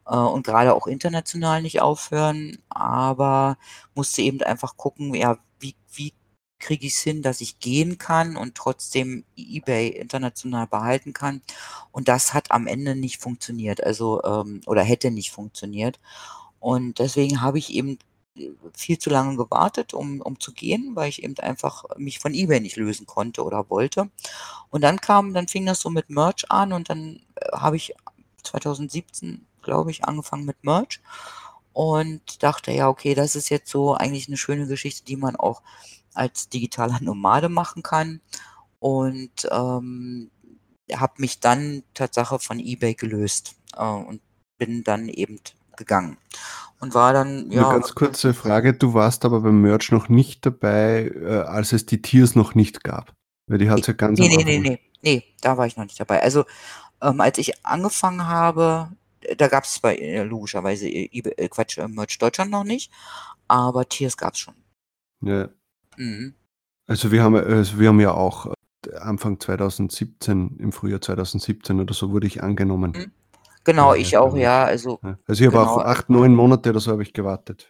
äh, und gerade auch international nicht aufhören, aber musste eben einfach gucken, ja, wie, wie kriege ich es hin, dass ich gehen kann und trotzdem eBay international behalten kann. Und das hat am Ende nicht funktioniert, also ähm, oder hätte nicht funktioniert. Und deswegen habe ich eben äh, viel zu lange gewartet, um, um zu gehen, weil ich eben einfach mich von eBay nicht lösen konnte oder wollte. Und dann kam, dann fing das so mit Merch an und dann äh, habe ich zwanzig siebzehn, glaube ich, angefangen mit Merch und dachte, ja, okay, das ist jetzt so eigentlich eine schöne Geschichte, die man auch als digitaler Nomade machen kann. Und ähm, habe mich dann Tatsache von eBay gelöst äh, und bin dann eben gegangen. Und war dann, Eine ja, ganz kurze Frage, du warst aber beim Merch noch nicht dabei, äh, als es die Tiers noch nicht gab. Weil die hat es ja ganz nee, am nee, nee, Anfang. nee, nee, da war ich noch nicht dabei. Also ähm, als ich angefangen habe, äh, da gab es bei äh, logischerweise äh, eBay, äh, Quatsch, äh, Merch Deutschland noch nicht, aber Tiers gab es schon. Ja. Mhm. Also wir haben, also wir haben ja auch äh, Anfang zwanzig siebzehn, im Frühjahr zwanzig siebzehn oder so wurde ich angenommen. Mhm. Genau, Bei, ich bei auch, Merch. ja, also Ja. Also ich habe auch genau. acht, neun Monate oder so habe ich gewartet.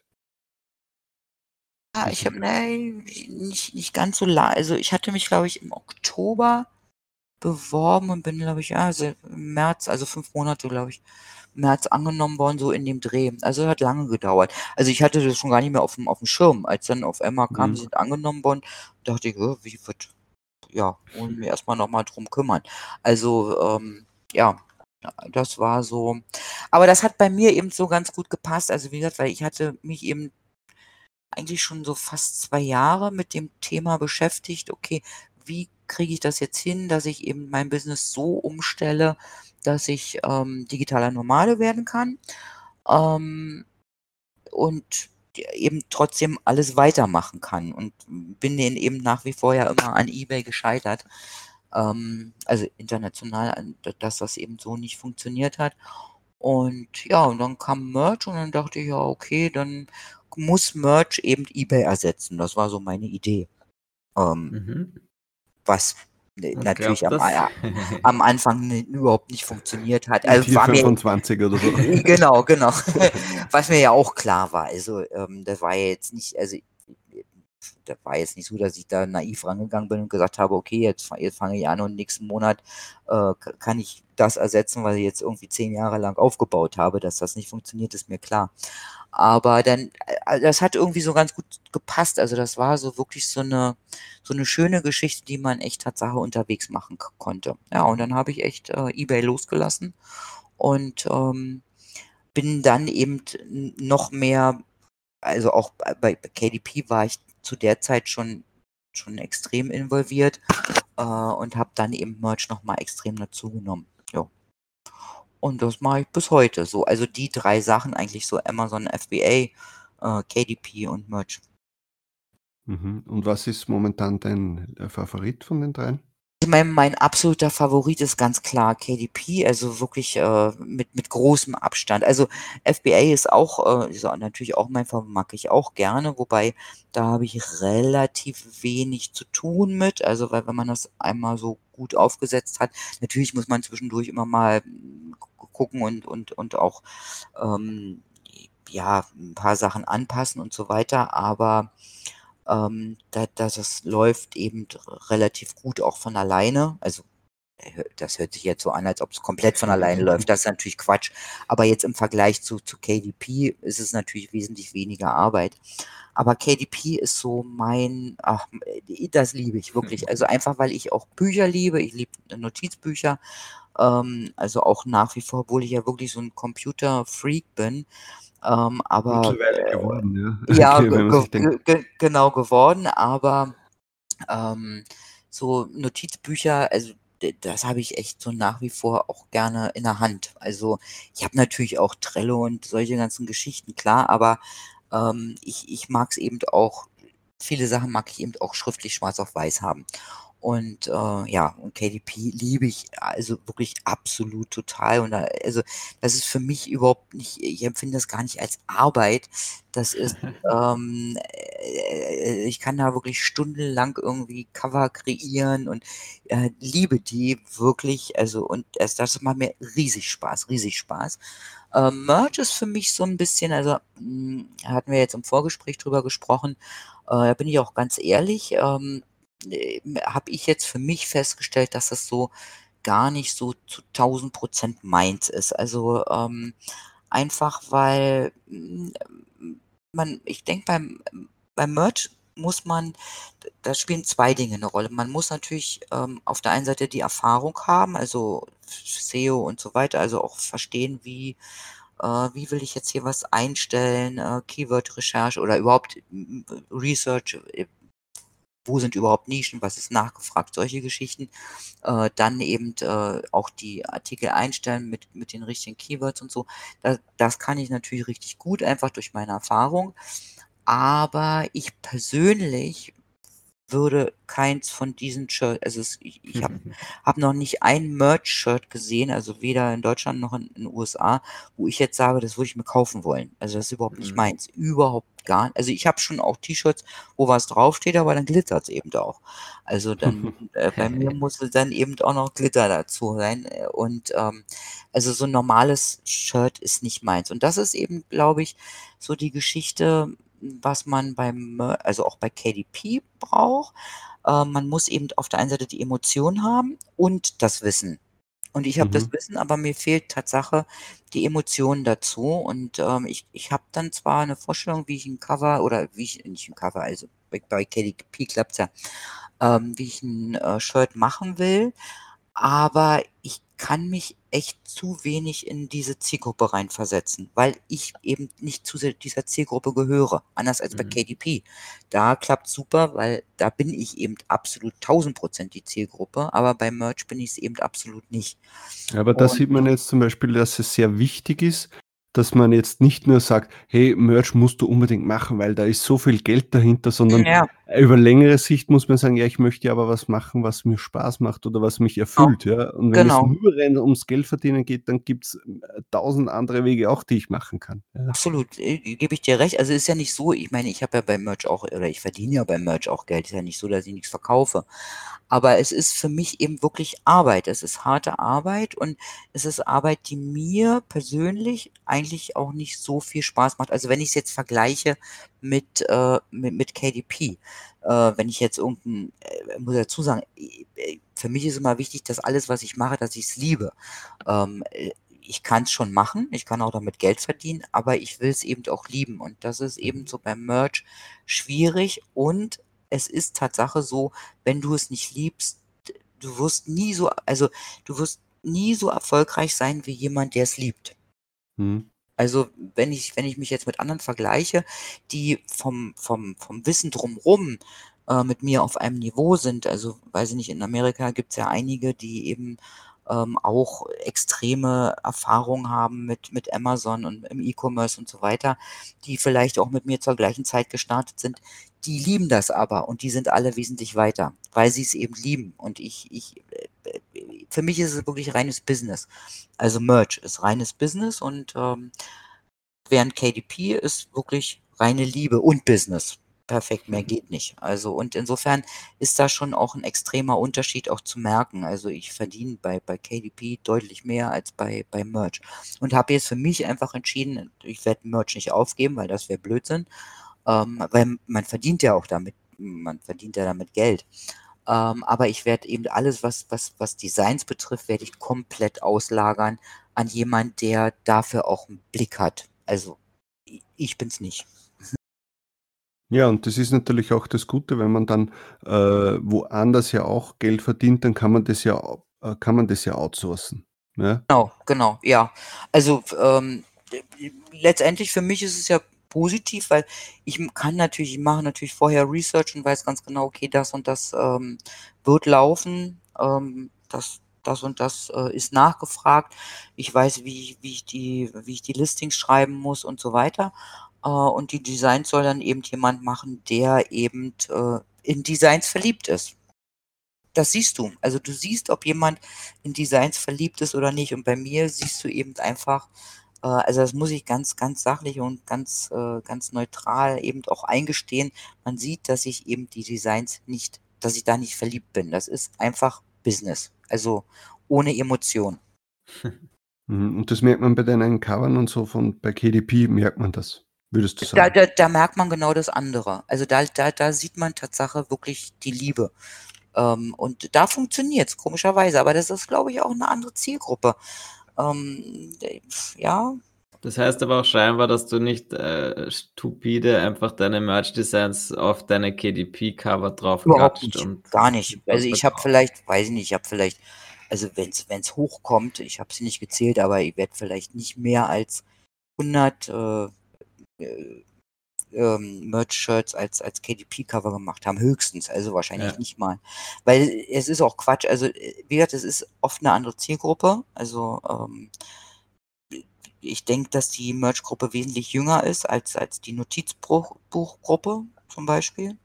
Ja, Bis ich es- habe, ne, nicht, nicht ganz so lang. Also ich hatte mich, glaube ich, im Oktober beworben und bin, glaube ich, ja, also im März, also fünf Monate, glaube ich, im März angenommen worden, so in dem Dreh. Also hat lange gedauert. Also ich hatte das schon gar nicht mehr auf dem, auf dem Schirm. Als dann auf einmal kam, sie Mhm. sind angenommen worden, dachte ich, äh, wie wird, ja, muss ich mir erstmal nochmal drum kümmern. Also, ähm, ja, das war so. Aber das hat bei mir eben so ganz gut gepasst. Also wie gesagt, weil ich hatte mich eben eigentlich schon so fast zwei Jahre mit dem Thema beschäftigt, okay, wie kriege ich das jetzt hin, dass ich eben mein Business so umstelle, dass ich, ähm, digitaler Nomade werden kann, ähm, und eben trotzdem alles weitermachen kann und bin denen eben nach wie vor ja immer an eBay gescheitert, ähm, also international an d dass das eben so nicht funktioniert hat. Und ja, und dann kam Merch und dann dachte ich: „Ja, okay, dann muss Merch eben eBay ersetzen." Das war so meine Idee, ähm, Mhm. was n Und natürlich klappt am das? a am Anfang n überhaupt nicht funktioniert hat. Im Also, Tier war mir fünfundzwanzig oder so. äh, genau, genau. Was mir ja auch klar war. Also, ähm, das war ja jetzt nicht, also, das war jetzt nicht so, dass ich da naiv rangegangen bin und gesagt habe: „Okay, jetzt fa jetzt fange ich an und nächsten Monat, äh, k kann ich das ersetzen, was ich jetzt irgendwie zehn Jahre lang aufgebaut habe." Dass das nicht funktioniert, ist mir klar. Aber dann äh, das hat irgendwie so ganz gut gepasst. Also, das war so wirklich so 'ne so 'ne schöne Geschichte, die man echt Tatsache unterwegs machen k konnte. Ja, und dann habe ich echt, äh, eBay losgelassen und, ähm, bin dann eben n noch mehr, also auch bei bei K D P war ich zu der Zeit schon schon extrem involviert, äh, und habe dann eben Merch noch mal extrem dazugenommen. Ja. Und das mache ich bis heute so. Also die drei Sachen eigentlich so Amazon F B A, äh, K D P und Merch. Mhm. Und was ist momentan dein äh, Favorit von den dreien? Ich meine, mein absoluter Favorit ist ganz klar K D P, also wirklich, äh, mit mit großem Abstand. Also F B A ist auch, äh, ist auch natürlich auch mein Favorit, mag ich auch gerne, wobei da habe ich relativ wenig zu tun mit. Also, weil wenn man das einmal so gut aufgesetzt hat, natürlich muss man zwischendurch immer mal hm, gu gucken und und und auch, ähm, ja, ein paar Sachen anpassen und so weiter, aber ähm, da da das läuft eben relativ gut auch von alleine. Also, äh, das hört sich jetzt so an, als ob es komplett von alleine läuft. Das ist natürlich Quatsch. Aber jetzt im Vergleich zu zu K D P ist es natürlich wesentlich weniger Arbeit. Aber K D P ist so mein, ach, äh, das liebe ich wirklich. Also, einfach, weil ich auch Bücher liebe. Ich liebe Notizbücher, ähm, also auch nach wie vor, obwohl ich ja wirklich so 'n Computerfreak bin, ähm, aber Mittlerweile geworden, ja. ja, Okay, ge wenn man ge sich denkt, ge ge genau geworden, aber, ähm, so Notizbücher, also d das habe ich echt so nach wie vor auch gerne in der Hand. Also, ich habe natürlich auch Trello und solche ganzen Geschichten, klar, aber, ähm, ich ich mag's eben auch, viele Sachen mag ich eben auch schriftlich schwarz auf weiß haben. Und, äh, ja, und K D P liebe ich also wirklich absolut total. Und da, also, das ist für mich überhaupt nicht, ich empfinde das gar nicht als Arbeit. Das ist, ähm, äh, ich kann da wirklich stundenlang irgendwie Cover kreieren und, äh, liebe die wirklich. Also, und das das macht mir riesig Spaß, riesig Spaß. Äh, Merch ist für mich so ein bisschen, also mh, hatten wir jetzt im Vorgespräch drüber gesprochen, äh, da bin ich auch ganz ehrlich, ähm, äh, habe ich jetzt für mich festgestellt, dass das so gar nicht so zu tausend Prozent meins ist. Also ähm, einfach weil mh, man, ich denke, beim, beim Merch muss man, da spielen zwei Dinge eine Rolle. Man muss natürlich ähm, auf der einen Seite die Erfahrung haben, also S E O und so weiter, also auch verstehen, wie, äh, wie will ich jetzt hier was einstellen, äh, Keyword-Recherche oder überhaupt m, Research, äh, wo sind überhaupt Nischen, was ist nachgefragt, solche Geschichten. Äh, dann eben äh, auch die Artikel einstellen mit, mit den richtigen Keywords und so. Das, das kann ich natürlich richtig gut, einfach durch meine Erfahrung. Aber ich persönlich würde keins von diesen Shirts, also es, ich, ich habe hab noch nicht ein Merch-Shirt gesehen, also weder in Deutschland noch in den U S A, wo ich jetzt sage, das würde ich mir kaufen wollen. Also das ist überhaupt nicht Mhm. meins. Überhaupt gar nicht. Also ich habe schon auch T-Shirts, wo was draufsteht, aber dann glitzert es eben auch. Also dann äh, bei mir muss es dann eben auch noch Glitter dazu sein. äh, Und ähm, also so ein normales Shirt ist nicht meins. Und das ist eben, glaube ich, so die Geschichte, was man beim, Mer- also auch bei K D P braucht. Äh, man muss eben auf der einen Seite die Emotion haben und das Wissen. Und ich habe das Mhm. Wissen, aber mir fehlt Tatsache die Emotionen dazu. Und ähm, ich, ich habe dann zwar eine Vorstellung, wie ich ein Cover oder wie ich, nicht ein Cover, also bei, bei K D P klappt es ja, ähm, wie ich ein äh, Shirt machen will, aber ich kann mich echt zu wenig in diese Zielgruppe reinversetzen, weil ich eben nicht zu se- dieser Zielgruppe gehöre. Anders als bei Mhm. K D P. Da klappt super, weil da bin ich eben absolut tausend Prozent die Zielgruppe, aber bei Merch bin ich es eben absolut nicht. Aber da Und sieht man jetzt zum Beispiel, dass es sehr wichtig ist, dass man jetzt nicht nur sagt, hey, Merch musst du unbedingt machen, weil da ist so viel Geld dahinter, sondern ja, über längere Sicht muss man sagen, ja, ich möchte aber was machen, was mir Spaß macht oder was mich genau, erfüllt. Ja? Und wenn es genau. nur rein ums Geld verdienen geht, dann gibt es tausend andere Wege auch, die ich machen kann. Ja. Absolut, äh, gebe ich dir recht. Also ist ja nicht so, ich meine, ich habe ja beim Merch auch, oder ich verdiene ja beim Merch auch Geld. Ist ja nicht so, dass ich nichts verkaufe. Aber es ist für mich eben wirklich Arbeit. Es ist harte Arbeit und es ist Arbeit, die mir persönlich eigentlich auch nicht so viel Spaß macht. Also wenn ich es jetzt vergleiche mit, äh, mit, mit K D P, äh, wenn ich jetzt irgendein, äh, muss dazu sagen, äh, für mich ist immer wichtig, dass alles, was ich mache, dass ich es liebe. Ähm, äh, ich kann es schon machen, ich kann auch damit Geld verdienen, aber ich will es eben auch lieben. Und das ist eben so beim Merch schwierig. Und es ist Tatsache so, wenn du es nicht liebst, du wirst nie so, also du wirst nie so erfolgreich sein wie jemand, der es liebt. Hm. Also wenn ich, wenn ich mich jetzt mit anderen vergleiche, die vom, vom, vom Wissen drumherum äh, mit mir auf einem Niveau sind, also weiß ich nicht, in Amerika gibt es ja einige, die eben ähm, auch extreme Erfahrungen haben mit, mit Amazon und im E-Commerce und so weiter, die vielleicht auch mit mir zur gleichen Zeit gestartet sind, die lieben das aber und die sind alle wesentlich weiter, weil sie es eben lieben. Und ich, ich, äh, für mich ist es wirklich reines Business. Also Merch ist reines Business und ähm, während K D P ist wirklich reine Liebe und Business. Perfekt, mehr geht nicht. Also und insofern ist da schon auch ein extremer Unterschied auch zu merken. Also ich verdiene bei, bei K D P deutlich mehr als bei, bei Merch. Und habe jetzt für mich einfach entschieden, ich werde Merch nicht aufgeben, weil das wäre Blödsinn. Ähm, weil man verdient ja auch damit, man verdient ja damit Geld. Ähm, aber ich werde eben alles, was, was, was Designs betrifft, werde ich komplett auslagern an jemand, der dafür auch einen Blick hat. Also i- ich bin's nicht. Ja, und das ist natürlich auch das Gute, wenn man dann äh, woanders ja auch Geld verdient, dann kann man das ja, au- äh, kann man das ja outsourcen. Ja? Genau, genau, ja. Also ähm, letztendlich für mich ist es ja positiv, weil ich m- kann natürlich, ich mache natürlich vorher Research und weiß ganz genau, okay, das und das ähm, wird laufen, ähm, das, das und das äh, ist nachgefragt. Ich weiß, wie, ich- wie ich die, wie ich die Listings schreiben muss und so weiter. Äh, und die Designs soll dann eben jemand machen, der eben äh, in Designs verliebt ist. Das siehst du. Also du siehst, ob jemand in Designs verliebt ist oder nicht. Und bei mir siehst du eben einfach, äh, also das muss ich ganz, ganz sachlich und ganz, äh, ganz neutral eben auch eingestehen. Man sieht, dass ich eben die Designs nicht, dass ich da nicht verliebt bin. Das ist einfach Business. Also ohne Emotion. Mhm. Und das merkt man bei deinen Covern und so von bei K D P merkt man das, würdest du Da, sagen? da, da merkt man genau das andere. Also da, da, da sieht man Tatsache wirklich die Liebe. Ähm, und da funktioniert es komischerweise, aber das ist, glaube ich, auch eine andere Zielgruppe. Ähm, d- ja, Das heißt aber auch scheinbar, dass du nicht äh, stupide einfach deine Merch-Designs auf deine K D P-Cover überhaupt draufklatscht nicht, und gar nicht. dort Also ich habe verkaufst. vielleicht, weiß ich nicht, ich habe vielleicht, also wenn es wenn es hochkommt, ich habe sie nicht gezählt, aber ich werde vielleicht nicht mehr als hundert äh, äh, ähm, Merch-Shirts als, als K D P-Cover gemacht haben, höchstens, also wahrscheinlich Ja. nicht mal. Weil es ist auch Quatsch, also äh, wie gesagt, es ist oft eine andere Zielgruppe, also ähm, ich denke, dass die Merch-Gruppe wesentlich jünger ist als, als die Notizbuchgruppe zum Beispiel.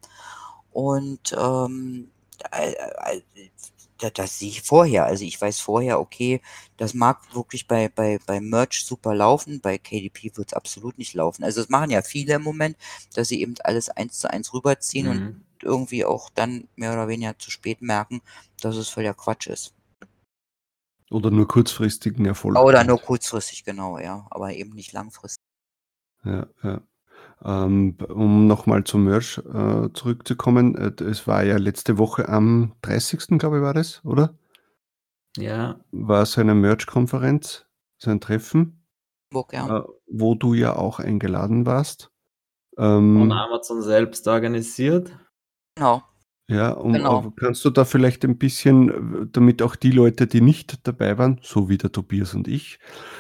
Und ähm, äh, äh, da- das sehe ich vorher. Also ich weiß vorher, okay, das mag wirklich bei, bei, bei Merch super laufen, bei K D P wird es absolut nicht laufen. Also das machen ja viele im Moment, dass sie eben alles eins zu eins rüberziehen und Mhm. irgendwie auch dann mehr oder weniger zu spät merken, dass es völliger Quatsch ist. Oder nur kurzfristigen Erfolg Oder nur bringt. kurzfristig, genau, ja, aber eben nicht langfristig. Ja, ja. Ähm, b- um nochmal zum Merch äh, zurückzukommen, äh, es war ja letzte Woche am dreißigsten glaube ich, war das, oder? Ja. War so eine Merch-Konferenz, so ein Treffen, Burg, ja. äh, wo du ja auch eingeladen warst. Von Ähm, Amazon selbst organisiert. Genau, ja, um, genau. äh, kannst du da vielleicht ein bisschen, äh, damit auch die Leute, die nicht dabei waren, so wie der Tobias und ich,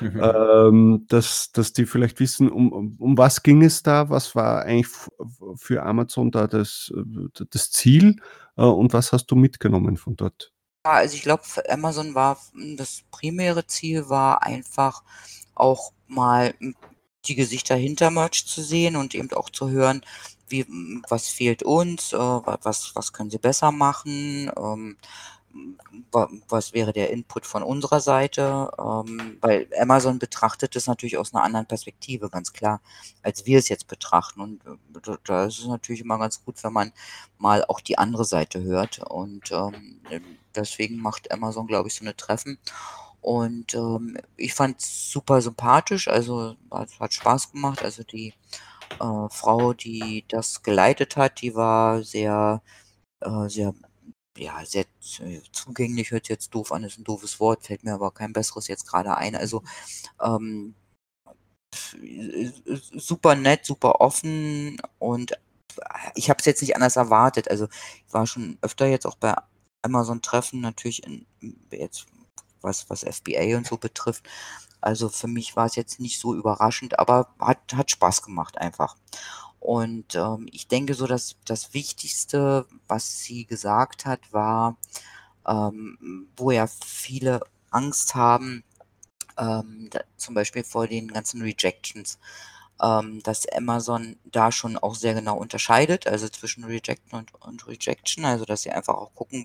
ähm, dass, dass die vielleicht wissen, um, um, um was ging es da, was war eigentlich f- für Amazon da das, äh, das Ziel äh, und was hast du mitgenommen von dort? Ja, also ich glaube, für Amazon war hm, das primäre Ziel war einfach auch mal hm, die Gesichter hinter Merch zu sehen und eben auch zu hören, wie hm, was fehlt uns, äh, wa was was können sie besser machen, ähm, hm, wa was wäre der Input von unserer Seite? Ähm, weil Amazon betrachtet es natürlich aus einer anderen Perspektive, ganz klar, als wir es jetzt betrachten. Und, äh, da da ist es natürlich immer ganz gut, wenn man mal auch die andere Seite hört. Und, ähm, ähm, deswegen macht Amazon, glaube ich, so 'ne Treffen. Und, ähm, ich fand's super sympathisch, also, hat hat Spaß gemacht. Also, die, äh, Frau, die das geleitet hat, die war sehr, äh, sehr ja, sehr z zugänglich, hört sich jetzt doof an, ist 'n doofes Wort, fällt mir aber kein besseres jetzt grade ein. Also, ähm, äh, äh, super nett, super offen und ich habe es jetzt nicht anders erwartet. Also, ich war schon öfter jetzt auch bei Amazon-Treffen natürlich in jetzt was was F B A und so betrifft. Also, für mich war es jetzt nicht so überraschend, aber hat hat Spaß gemacht einfach. Und, ähm, ich denke so, dass das Wichtigste, was sie gesagt hat, war, ähm, wo ja viele Angst haben, ähm, da zum Beispiel vor den ganzen Rejections, ähm, dass Amazon da schon auch sehr genau unterscheidet, also zwischen Rejecten und und Rejection, also dass sie einfach auch gucken,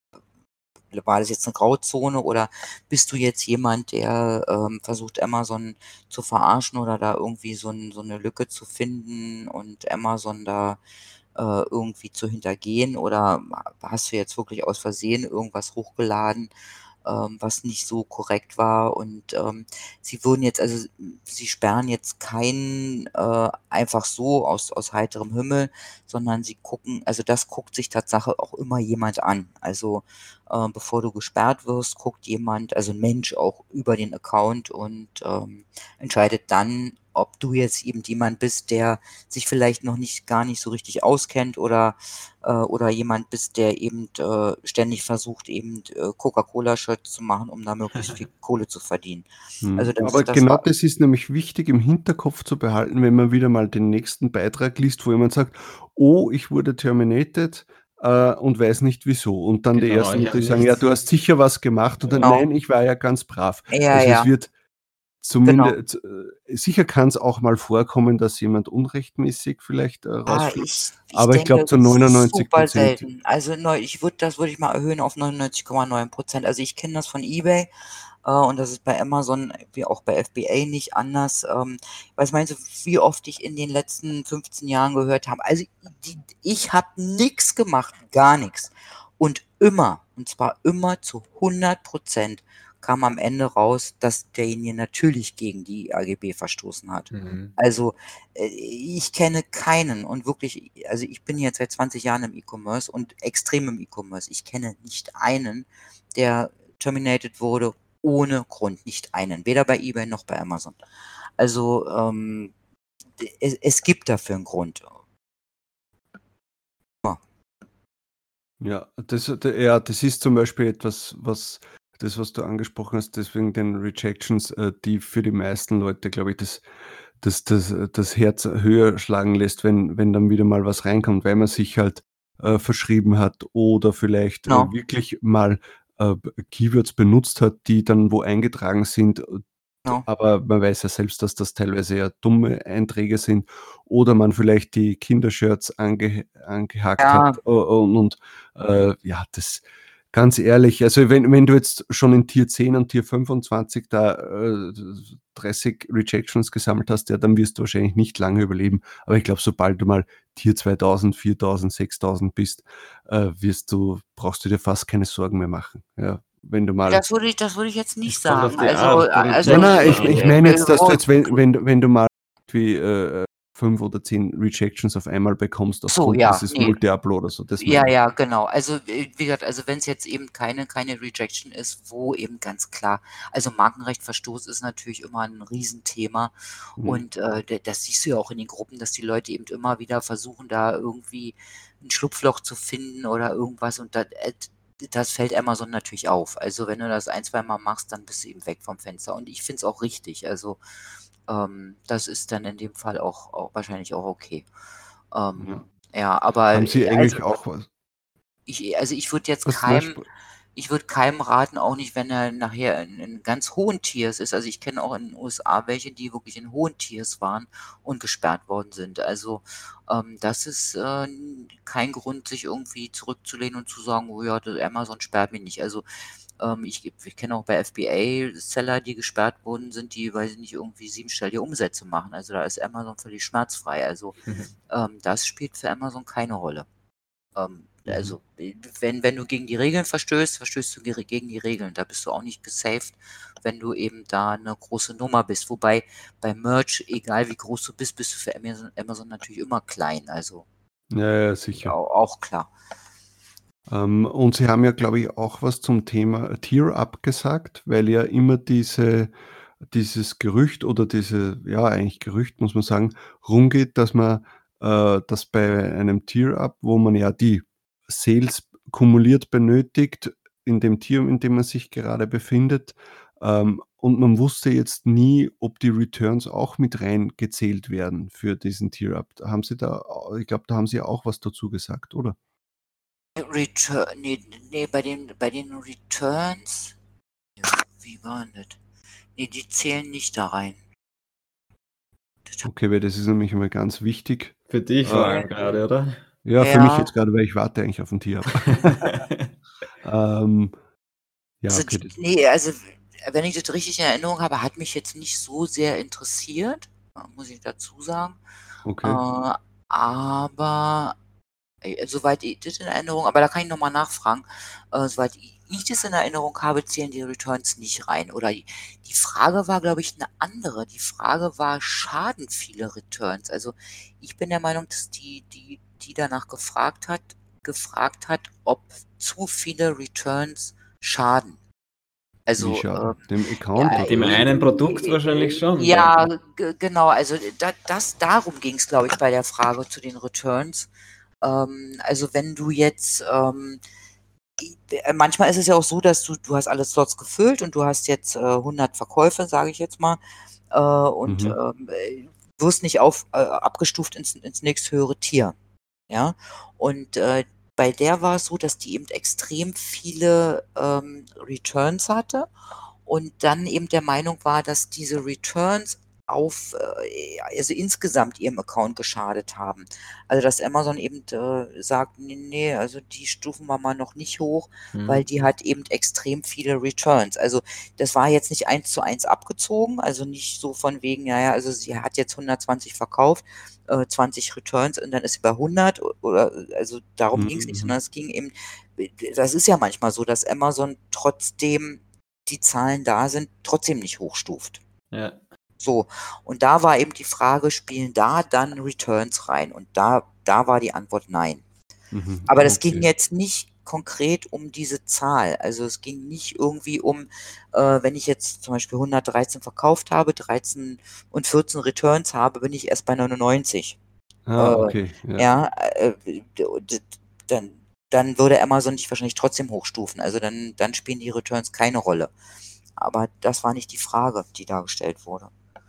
war das jetzt 'ne Grauzone oder bist du jetzt jemand, der, ähm, versucht, Amazon zu verarschen oder da irgendwie so 'n so 'ne Lücke zu finden und Amazon da, äh, irgendwie zu hintergehen oder hast du jetzt wirklich aus Versehen irgendwas hochgeladen, ähm, was nicht so korrekt war und, ähm, sie würden jetzt also, sie sperren jetzt keinen, äh, einfach so aus aus heiterem Himmel, sondern sie gucken also, das guckt sich Tatsache auch immer jemand an. Also, äh, bevor du gesperrt wirst, guckt jemand, also 'n Mensch auch über den Account und, ähm, entscheidet dann, ob du jetzt eben jemand bist, der sich vielleicht noch nicht gar nicht so richtig auskennt oder äh, oder jemand bist, der eben, äh, ständig versucht, eben, äh, Coca-Cola-Shirts zu machen, um da möglichst viel Kohle zu verdienen. Also, Mhm. das Aber das genau war das ist nämlich wichtig im Hinterkopf zu behalten, wenn man wieder mal den nächsten Beitrag liest, wo jemand sagt: „Oh, ich wurde terminated, äh, und weiß nicht wieso.“ Und dann die Genau, ersten, ich habe die sagen: „Ja, nichts. du hast sicher was gemacht.“ Und dann: genau. „Nein, ich war ja ganz brav.“ Ja, Also, es ja, wird genau. zumindest äh, sicher kann's auch mal vorkommen, dass jemand unrechtmäßig vielleicht, äh, Ah, rausfliegt, ich ich aber ich denke, glaube zu das ist neunundneunzig super Prozent. selten. Also, neu ich würde das würde ich mal erhöhen auf neunundneunzig Komma neun Prozent. Also, ich kenne das von eBay, äh, und das ist bei Amazon wie auch bei F B A nicht anders. Ähm, was meinst du, wie oft ich in den letzten fünfzehn Jahren gehört habe? Also, die ich habe nix gemacht, gar nix. Und immer, und zwar immer zu hundert Prozent kam am Ende raus, dass derjenige natürlich gegen die A G B verstoßen hat. Mhm. Also äh, ich kenne keinen und wirklich, also ich bin jetzt seit zwanzig Jahren im E-Commerce und extrem im E-Commerce. Ich kenne nicht einen, der terminated wurde ohne Grund, nicht einen, weder bei eBay noch bei Amazon. Also ähm, es, es gibt dafür einen Grund. Ja, das, ja, das ist zum Beispiel etwas, was das, was du angesprochen hast, deswegen den Rejections, äh, die für die meisten Leute, glaube ich, das, das, das, das Herz höher schlagen lässt, wenn, wenn dann wieder mal was reinkommt, weil man sich halt äh, verschrieben hat oder vielleicht Genau. äh, wirklich mal äh, Keywords benutzt hat, die dann wo eingetragen sind. Genau. Aber man weiß ja selbst, dass das teilweise ja dumme Einträge sind oder man vielleicht die Kindershirts ange, angehakt Ja. hat äh, und, und äh, ja, das ganz ehrlich, also wenn, wenn du jetzt schon in Tier zehn und Tier fünfundzwanzig da äh, dreißig Rejections gesammelt hast, ja, dann wirst du wahrscheinlich nicht lange überleben. Aber ich glaube, sobald du mal Tier zweitausend, viertausend, sechstausend bist, äh, wirst du, brauchst du dir fast keine Sorgen mehr machen. Ja, wenn du mal Das würde ich, das würde ich jetzt nicht Es kommt auf sagen. die Also, Art der also Nein, nein, ich, Rejection ich an. meine jetzt, dass du oh, jetzt, wenn, wenn, du- wenn du mal wie äh, fünf oder zehn Rejections auf einmal bekommst so, aufgrund ja, dieses nee. Multi-Upload oder so, das Ja, meine ich. ja, genau. Also äh, wie gesagt, also wenn es jetzt eben keine, keine Rejection ist, wo eben ganz klar, also Markenrechtverstoß ist natürlich immer ein Riesenthema Mhm. und äh, d- das siehst du ja auch in den Gruppen, dass die Leute eben immer wieder versuchen, da irgendwie ein Schlupfloch zu finden oder irgendwas und da, äh, das fällt Amazon natürlich auf. Also wenn du das ein, zwei Mal machst, dann bist du eben weg vom Fenster und ich finde es auch richtig. Also ähm, das ist dann in dem Fall auch, auch wahrscheinlich auch okay. Ähm, Ja. ja, aber Haben Sie äh, also eigentlich auch was? ich, also ich würde jetzt was na, keinem, sp- ich würde keinem raten, auch nicht, wenn er nachher in, in ganz hohen Tiers ist. Also ich kenne auch in den U S A welche, die wirklich in hohen Tiers waren und gesperrt worden sind. Also ähm, das ist äh, kein Grund, sich irgendwie zurückzulehnen und zu sagen, oh ja, der Amazon sperrt mich nicht. Also ähm, ich, ich kenne auch bei F B A-Seller, die gesperrt worden sind, die, weiß ich nicht, irgendwie siebenstellige Umsätze machen. Also da ist Amazon völlig schmerzfrei. Also ähm, das spielt für Amazon keine Rolle. Ähm, Mhm. also, äh, wenn, wenn du gegen die Regeln verstößt, verstößt du ge- gegen die Regeln. Da bist du auch nicht gesaved, wenn du eben da eine große Nummer bist. Wobei bei Merch, egal wie groß du bist, bist du für Amazon, Amazon natürlich immer klein. Also Ja, ja, sicher. auch, auch klar. Ähm, und Sie haben ja, glaube ich, auch was zum Thema Tier-Up gesagt, weil ja immer diese, dieses Gerücht oder diese, ja, eigentlich Gerücht, muss man sagen, rumgeht, dass man, äh, dass bei einem Tier-Up, wo man ja die Sales kumuliert benötigt, in dem Tier, in dem man sich gerade befindet, ähm, und man wusste jetzt nie, ob die Returns auch mit reingezählt werden für diesen Tier-Up. Haben Sie da, ich glaube, da haben Sie auch was dazu gesagt, oder? Return, nee, nee, bei den, bei den Returns, ja, wie war denn das? Nee, die zählen nicht da rein. Das hab- Okay, weil das ist nämlich immer ganz wichtig. Für dich vor Äh, allem gerade, oder? Ja, für mich Ja. jetzt gerade, weil ich warte eigentlich auf ein Tier ab. ähm, ja, Also, okay. die, Das, nee, also wenn ich das richtig in Erinnerung habe, hat mich jetzt nicht so sehr interessiert, muss ich dazu sagen. okay. Äh, aber äh, soweit ich das in Erinnerung, aber da kann ich nochmal nachfragen. Äh, soweit ich ich das in Erinnerung habe, zählen die Returns nicht rein. Oder die, die Frage war, glaube ich, eine andere. Die Frage war, schaden viele Returns? Also ich bin der Meinung, dass die, die, die danach gefragt hat, gefragt hat, ob zu viele Returns schaden. Wie Also schaden? ähm, Dem Account ja, oder Dem was? einen Produkt wahrscheinlich schon, ja, denke g- genau. Also da, das darum ging es, glaube ich, bei der Frage zu den Returns. Ähm, also wenn du jetzt ähm, äh, manchmal ist es ja auch so, dass du, du hast alle Slots gefüllt und du hast jetzt äh, hundert Verkäufe, sage ich jetzt mal, äh, und Mhm. ähm, äh, wirst nicht auf, äh, abgestuft ins, ins nächsthöhere Tier. Ja, und äh, bei der war es so, dass die eben extrem viele ähm, Returns hatte und dann eben der Meinung war, dass diese Returns auf, äh, also insgesamt ihrem Account geschadet haben. Also dass Amazon eben äh, sagt, nee, nee, also die stufen wir mal noch nicht hoch, ich. weil Mhm. die hat eben extrem viele Returns. Also das war jetzt nicht eins zu eins abgezogen, also nicht so von wegen, ja, ja, also sie hat jetzt hundertzwanzig verkauft, äh, zwanzig Returns und dann ist sie bei hundert oder also darum ging es nicht, Mhm. sondern es ging eben, das ist ja manchmal so, dass Amazon trotzdem die Zahlen da sind, trotzdem nicht hochstuft. Ja. So, und da war eben die Frage, spielen da dann Returns rein? Und da, da war die Antwort nein. Mhm, Aber das okay. ging jetzt nicht konkret um diese Zahl. Also es ging nicht irgendwie um, äh, wenn ich jetzt zum Beispiel hundertdreizehn verkauft habe, dreizehn und vierzehn Returns habe, bin ich erst bei neunundneunzig. Ah, Äh, okay. Ja. Ja, äh, d- d- dann, dann würde Amazon dich wahrscheinlich trotzdem hochstufen. Also dann, dann spielen die Returns keine Rolle. Aber das war nicht die Frage, die da gestellt wurde.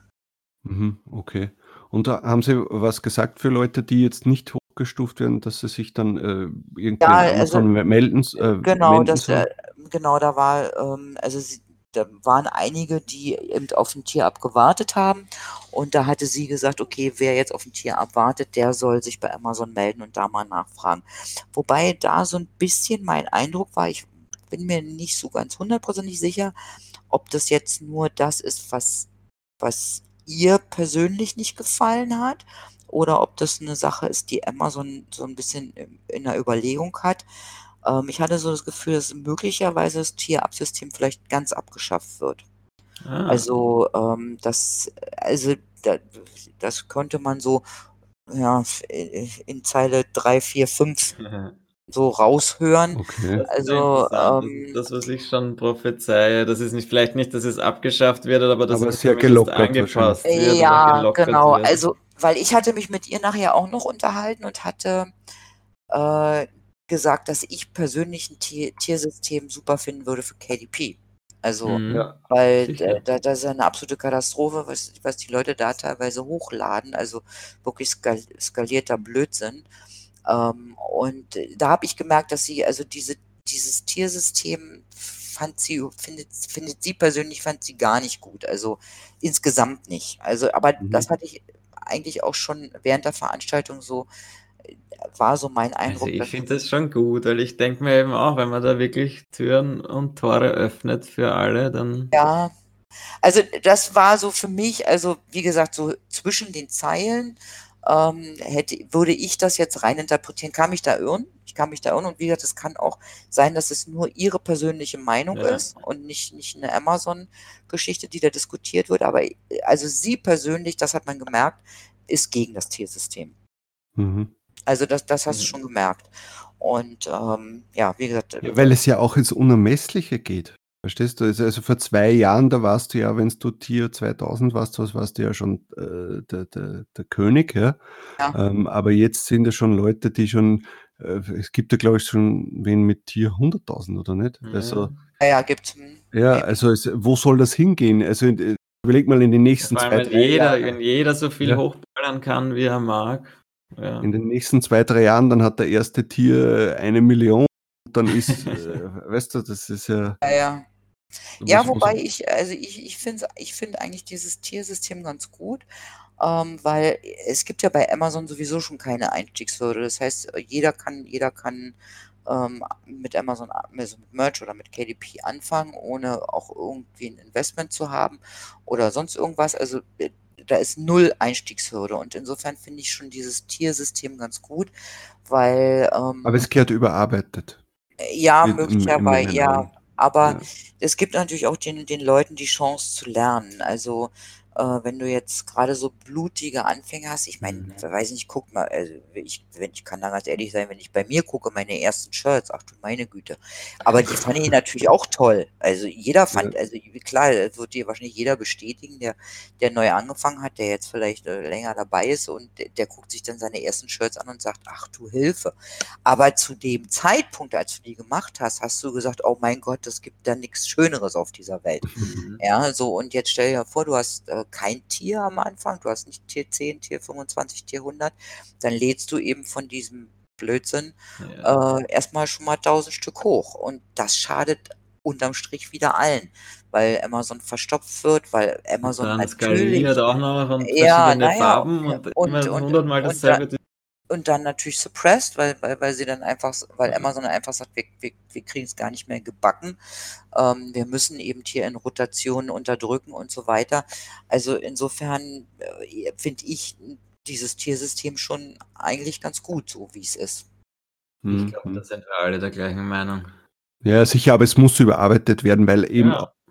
Mhm, okay. Und da haben Sie was gesagt für Leute, die jetzt nicht hochgestuft werden, dass sie sich dann äh, irgendwie Ja, an also Amazon me- melden, s- äh, genau, wenden das, äh, sollen? genau, da war, ähm, also sie, da waren einige, die eben auf ein Tier-Up gewartet haben. Und da hatte sie gesagt, okay, wer jetzt auf ein Tier-Up wartet, der soll sich bei Amazon melden und da mal nachfragen. Wobei da so ein bisschen mein Eindruck war, ich bin mir nicht so ganz hundertprozentig sicher, ob das jetzt nur das ist, was, was ihr persönlich nicht gefallen hat, oder ob das eine Sache ist, die Amazon so ein bisschen in in der Überlegung hat. Ähm, ich hatte so das Gefühl, dass möglicherweise das Tier-Up-System vielleicht ganz abgeschafft wird. Ah. Also, ähm, das, also da, das konnte man so, ja, in, in Zeile drei, vier, fünf so raushören. Okay. Das ist sehr Also, interessant. Das ähm, ist das, was ich schon prophezeie. Das ist nicht, vielleicht nicht, dass es abgeschafft wird, aber dass Aber es sehr zumindest gelockert angepasst wahrscheinlich. wird oder ja, gelockert genau. wird. Also, weil ich hatte mich mit ihr nachher auch noch unterhalten und hatte äh, gesagt, dass ich persönlich ein Tier Tiersystem super finden würde für K D P. Also, Mhm. Ja. weil Sicher. da, das ist ja eine absolute Katastrophe, was, was die Leute da teilweise hochladen. Also wirklich skal skalierter Blödsinn. Ähm, und äh, da habe ich gemerkt, dass sie, also diese, dieses Tiersystem fand sie, findet, findet sie persönlich, fand sie gar nicht gut. Also insgesamt nicht. Also, aber Mhm. das hatte ich eigentlich auch schon während der Veranstaltung so, äh, war so mein Also Eindruck, ich dass finde das schon gut, weil ich denke mir eben auch, wenn man da wirklich Türen und Tore öffnet für alle, dann ja, also das war so für mich, also wie gesagt, so zwischen den Zeilen ähm, hätte, würde ich das jetzt rein interpretieren. Kann mich da irren? Ich kann mich da irren und wie gesagt, es kann auch sein, dass es nur ihre persönliche Meinung Ja. ist und nicht, nicht eine Amazon-Geschichte, die da diskutiert wird. Aber äh, also sie persönlich, das hat man gemerkt, ist gegen das Tiersystem. Mhm. Also das, das hast du Mhm. schon gemerkt. Und ähm, ja, wie gesagt, Ja, weil es ja auch ins Unermessliche geht. Verstehst du? Also, also vor zwei Jahren, da warst du ja, wenn du Tier zweitausend warst, was warst du ja schon äh, der, der, der König, ja. ja, Ähm, aber jetzt sind ja schon Leute, die schon, äh, es gibt ja, glaube ich, schon wen mit Tier hunderttausend, oder nicht? Also, ja, ja, gibt hm, ja, also es, wo soll das hingehen? Also äh, überleg mal in den Ja, nächsten vor allem, zwei, wenn drei jeder, Jahren. wenn jeder so viel Ja. hochballern kann, wie er mag. Ja. In den nächsten zwei, drei Jahren, dann hat der erste Tier äh, eine Million. Dann ist, äh, weißt du, das ist ja. ja, ja. Was, Ja, was, wobei ich, also ich, ich finde ich finde eigentlich dieses Tiersystem ganz gut, ähm, weil es gibt ja bei Amazon sowieso schon keine Einstiegshürde. Das heißt, äh, jeder kann, jeder kann ähm, mit Amazon, also mit Merch oder mit K D P anfangen, ohne auch irgendwie ein Investment zu haben oder sonst irgendwas. Also äh, da ist null Einstiegshürde und insofern finde ich schon dieses Tiersystem ganz gut, weil ähm, aber es gehört überarbeitet. ja, In, in, in möglicherweise, meinen ja. Augen. Aber Ja. es gibt natürlich auch den, den Leuten die Chance zu lernen. Also, äh, wenn du jetzt gerade so blutige Anfänge hast, ich meine, Mhm. weiß nicht, guck mal, also ich, wenn ich kann da ganz ehrlich sein, wenn ich bei mir gucke, meine ersten Shirts, ach du meine Güte. Aber die fand ich natürlich auch toll. Also jeder fand, also klar, das wird dir wahrscheinlich jeder bestätigen, der, der neu angefangen hat, der jetzt vielleicht äh, länger dabei ist und der, der guckt sich dann seine ersten Shirts an und sagt, ach du Hilfe. Aber zu dem Zeitpunkt, als du die gemacht hast, hast du gesagt, oh mein Gott, es gibt da nichts Schöneres auf dieser Welt. Mhm. Ja, so und jetzt stell dir vor, du hast äh, kein Tier am Anfang, du hast nicht Tier zehn, Tier fünfundzwanzig, Tier hundert, dann lädst du eben von diesem Blödsinn Ja. äh, erstmal schon mal tausend Stück hoch und das schadet unterm Strich wieder allen, weil Amazon verstopft wird, weil Und Amazon dann natürlich, skaliert auch noch und ja, verschiedene naja, Farben und und, immer und, hundertmal und, da, dasselbe. und dann natürlich suppressed, weil, weil, weil sie dann einfach, weil Amazon einfach sagt, wir, wir, wir kriegen es gar nicht mehr gebacken. Ähm, wir müssen eben hier in Rotationen unterdrücken und so weiter. Also insofern äh, finde ich dieses Tiersystem schon eigentlich ganz gut, so wie es ist. Ich glaube, da sind wir alle der gleichen Meinung. Ja, sicher, aber es muss überarbeitet werden, weil eben Ja.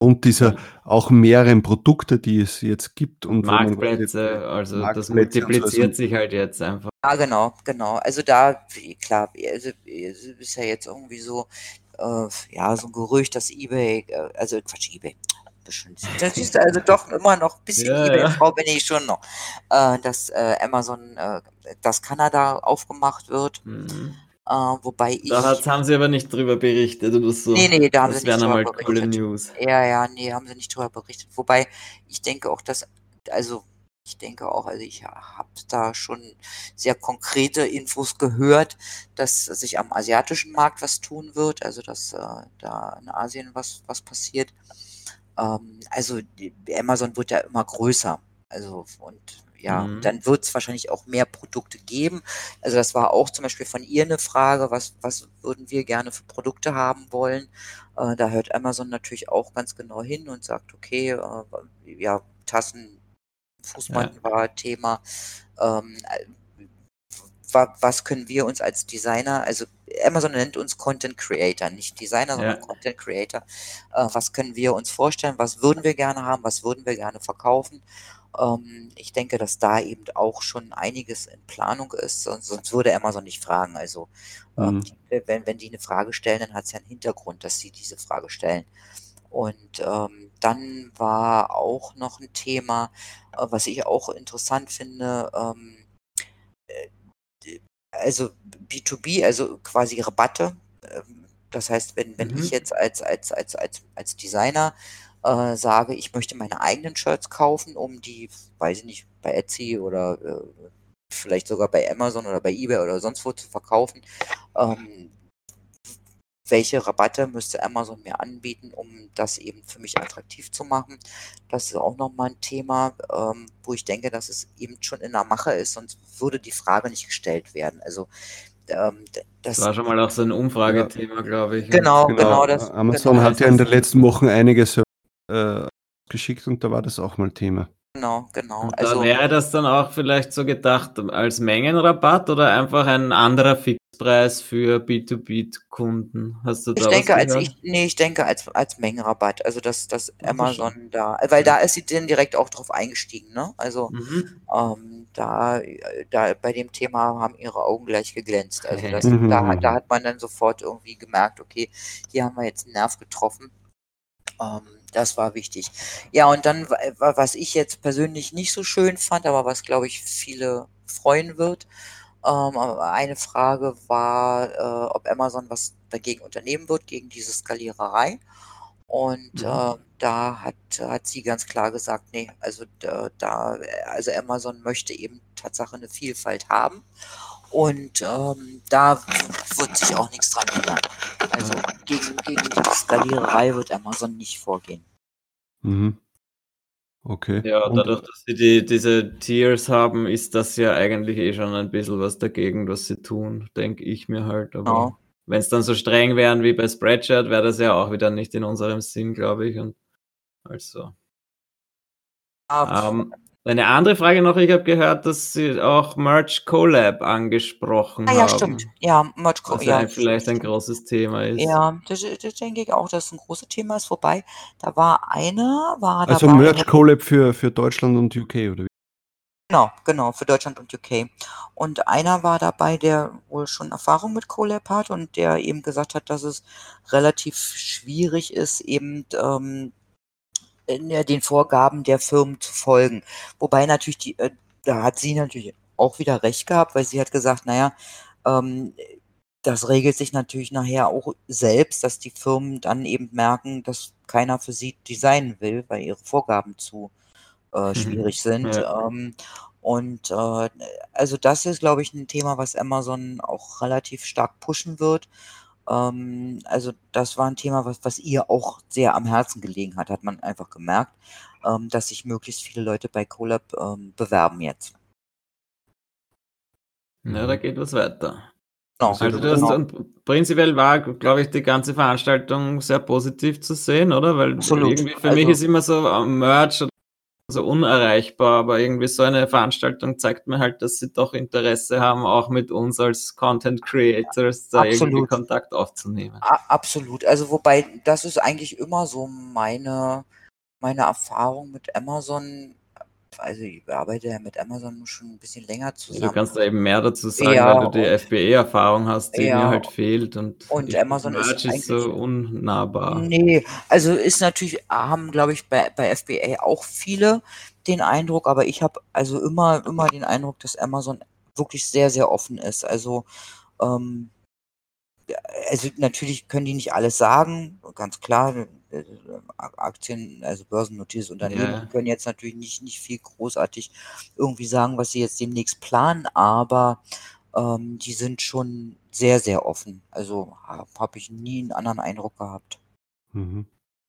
aufgrund dieser auch mehreren Produkte, die es jetzt gibt und wo man quasi Marktplätze, also das Marktplätze und so, multipliziert also sich halt jetzt einfach. Ja, genau, genau. Also da, wie- klar, also es ist ja jetzt irgendwie so, äh, ja, so ein Gerücht, dass eBay, äh, also Quatsch, eBay, bestimmt, das ist also doch immer noch ein bisschen Ja, ja. eBay-Frau bin ich schon noch, äh, dass äh, Amazon, äh, dass Kanada aufgemacht wird, Mhm. äh, wobei Da ich, hat's, haben sie aber nicht drüber berichtet oder so. nee, nee, da haben sie Das nicht wären drüber einmal coole berichtet. News. Ja, ja, nee, haben sie nicht drüber berichtet. Wobei ich denke auch, dass, also ich denke auch, also ich habe da schon sehr konkrete Infos gehört, dass sich am asiatischen Markt was tun wird, also dass äh, da in Asien was, was passiert. Ähm, also die, Amazon wird ja immer größer. Also und ja, Mhm. dann wird es wahrscheinlich auch mehr Produkte geben. Also das war auch zum Beispiel von ihr eine Frage, was, was würden wir gerne für Produkte haben wollen. Äh, da hört Amazon natürlich auch ganz genau hin und sagt, okay, äh, ja, Tassen, Fußmatten war Thema. Ähm, äh, wa- was können wir uns als Designer, also Amazon nennt uns Content Creator, nicht Designer, sondern Ja. Content Creator. Äh, was können wir uns vorstellen? Was würden wir gerne haben? Was würden wir gerne verkaufen? Ähm, ich denke, dass da eben auch schon einiges in Planung ist, sonst, sonst würde Amazon nicht fragen. Also ähm, Mhm. die, wenn, wenn die eine Frage stellen, dann hat es ja einen Hintergrund, dass sie diese Frage stellen. Und ähm, dann war auch noch ein Thema, äh, was ich auch interessant finde, ähm, äh, also B zwei B, also quasi Rabatte. Ähm, das heißt, wenn, wenn ich Mhm. jetzt als, als, als, als, als Designer äh, sage, ich möchte meine eigenen Shirts kaufen, um die, weiß ich nicht, bei Etsy oder äh, vielleicht sogar bei Amazon oder bei eBay oder sonst wo zu verkaufen, ähm, welche Rabatte müsste Amazon mir anbieten, um das eben für mich attraktiv zu machen. Das ist auch nochmal ein Thema, ähm, wo ich denke, dass es eben schon in der Mache ist, sonst würde die Frage nicht gestellt werden. Also ähm, d- Das das, war schon mal auch so ein Umfragethema, glaube ich. genau, Und, genau, äh, das, Amazon genau, hat das ja in den ist, letzten Wochen einige Server äh, geschickt und da war das auch mal Thema. genau, genau. Und da Also wäre das dann auch vielleicht so gedacht als Mengenrabatt oder einfach ein anderer Fixpreis für B zwei B-Kunden? Hast du ich da was denke, als gehört? ich, nee, ich denke als, als Mengenrabatt, also dass, dass Ach so, schon. Amazon da, weil da ist sie dann direkt auch drauf eingestiegen, ne? Also Mhm. Ähm, da, äh, da bei dem Thema haben ihre Augen gleich geglänzt. Also das, Mhm, da, hat- da mhm. hat man dann sofort irgendwie gemerkt, okay, hier haben wir jetzt einen Nerv getroffen. Ähm, das war wichtig. Ja, und dann, wa- wa- was ich jetzt persönlich nicht so schön fand, aber was, glaube ich, viele freuen wird, ähm, aber eine Frage war, äh, ob Amazon was dagegen unternehmen wird, gegen diese Skaliererei. Und Mhm. äh, da hat, hat sie ganz klar gesagt, nee, also da, da, also Amazon möchte eben Tatsache eine Vielfalt haben. Und ähm, da wird sich auch nichts dran ändern. Also gegen, gegen die Skaliererei wird Amazon nicht vorgehen. Mhm. Okay. Ja, Und dadurch, dass sie die, diese Tiers haben, ist das ja eigentlich eh schon ein bisschen was dagegen, was sie tun, denke ich mir halt. Aber Genau. wenn es dann so streng wären wie bei Spreadshirt, wäre das ja auch wieder nicht in unserem Sinn, glaube ich. Und also. Ja, Ähm, eine andere Frage noch, ich habe gehört, dass Sie auch Merch Collab angesprochen ah, ja, stimmt. haben, Ja, Merch, Co- was ja ja, ein, vielleicht ein stimmt. großes Thema ist. Ja, das, das denke ich auch, dass es ein großes Thema ist. Wobei, da war einer, war also dabei, Merch Collab für, für Deutschland und U K, oder wie? genau, genau, für Deutschland und U K. Und einer war dabei, der wohl schon Erfahrung mit Collab hat und der eben gesagt hat, dass es relativ schwierig ist, eben ähm, in der, den Vorgaben der Firmen zu folgen. Wobei natürlich die, äh, da hat sie natürlich auch wieder recht gehabt, weil sie hat gesagt, naja, ähm, das regelt sich natürlich nachher auch selbst, dass die Firmen dann eben merken, dass keiner für sie designen will, weil ihre Vorgaben zu äh, schwierig sind. Ja. Ähm, und äh, also das ist, glaube ich, ein Thema, was Amazon auch relativ stark pushen wird. Ähm, also das war ein Thema, was, was ihr auch sehr am Herzen gelegen hat, hat man einfach gemerkt, ähm, dass sich möglichst viele Leute bei Collab ähm, bewerben jetzt. Ja, da geht was weiter. Genau, Also Also da- das genau. und prinzipiell war, glaube ich, die ganze Veranstaltung sehr positiv zu sehen, oder? Weil Absolut. irgendwie für mich Also ist immer so äh, Merch oder so unerreichbar, aber irgendwie so eine Veranstaltung zeigt mir halt, dass sie doch Interesse haben, auch mit uns als Content Creators da irgendwie Absolut. Kontakt aufzunehmen. A absolut. Also, wobei, das ist eigentlich immer so meine meine Erfahrung mit Amazon. Also, ich arbeite ja mit Amazon schon ein bisschen länger Ja, du zusammen. kannst da eben mehr dazu sagen, Ja, weil du die und F B E-Erfahrung hast, die mir ja, halt fehlt und und ich finde, Amazon ist Merch ist eigentlich so unnahbar. ne, also, ist natürlich haben, glaube ich, bei bei F B A auch viele den Eindruck, aber ich habe also immer immer den Eindruck, dass Amazon wirklich sehr, sehr offen ist. Also, ähm also, natürlich können die nicht alles sagen, ganz klar, äh, A Aktien, also börsennotiertes Ja, Unternehmen, die ja. können jetzt natürlich nicht nicht viel großartig irgendwie sagen, was sie jetzt demnächst planen, aber, ähm, die sind schon sehr, sehr offen. Also, ha habe ich nie 'n anderen Eindruck gehabt. Mhm.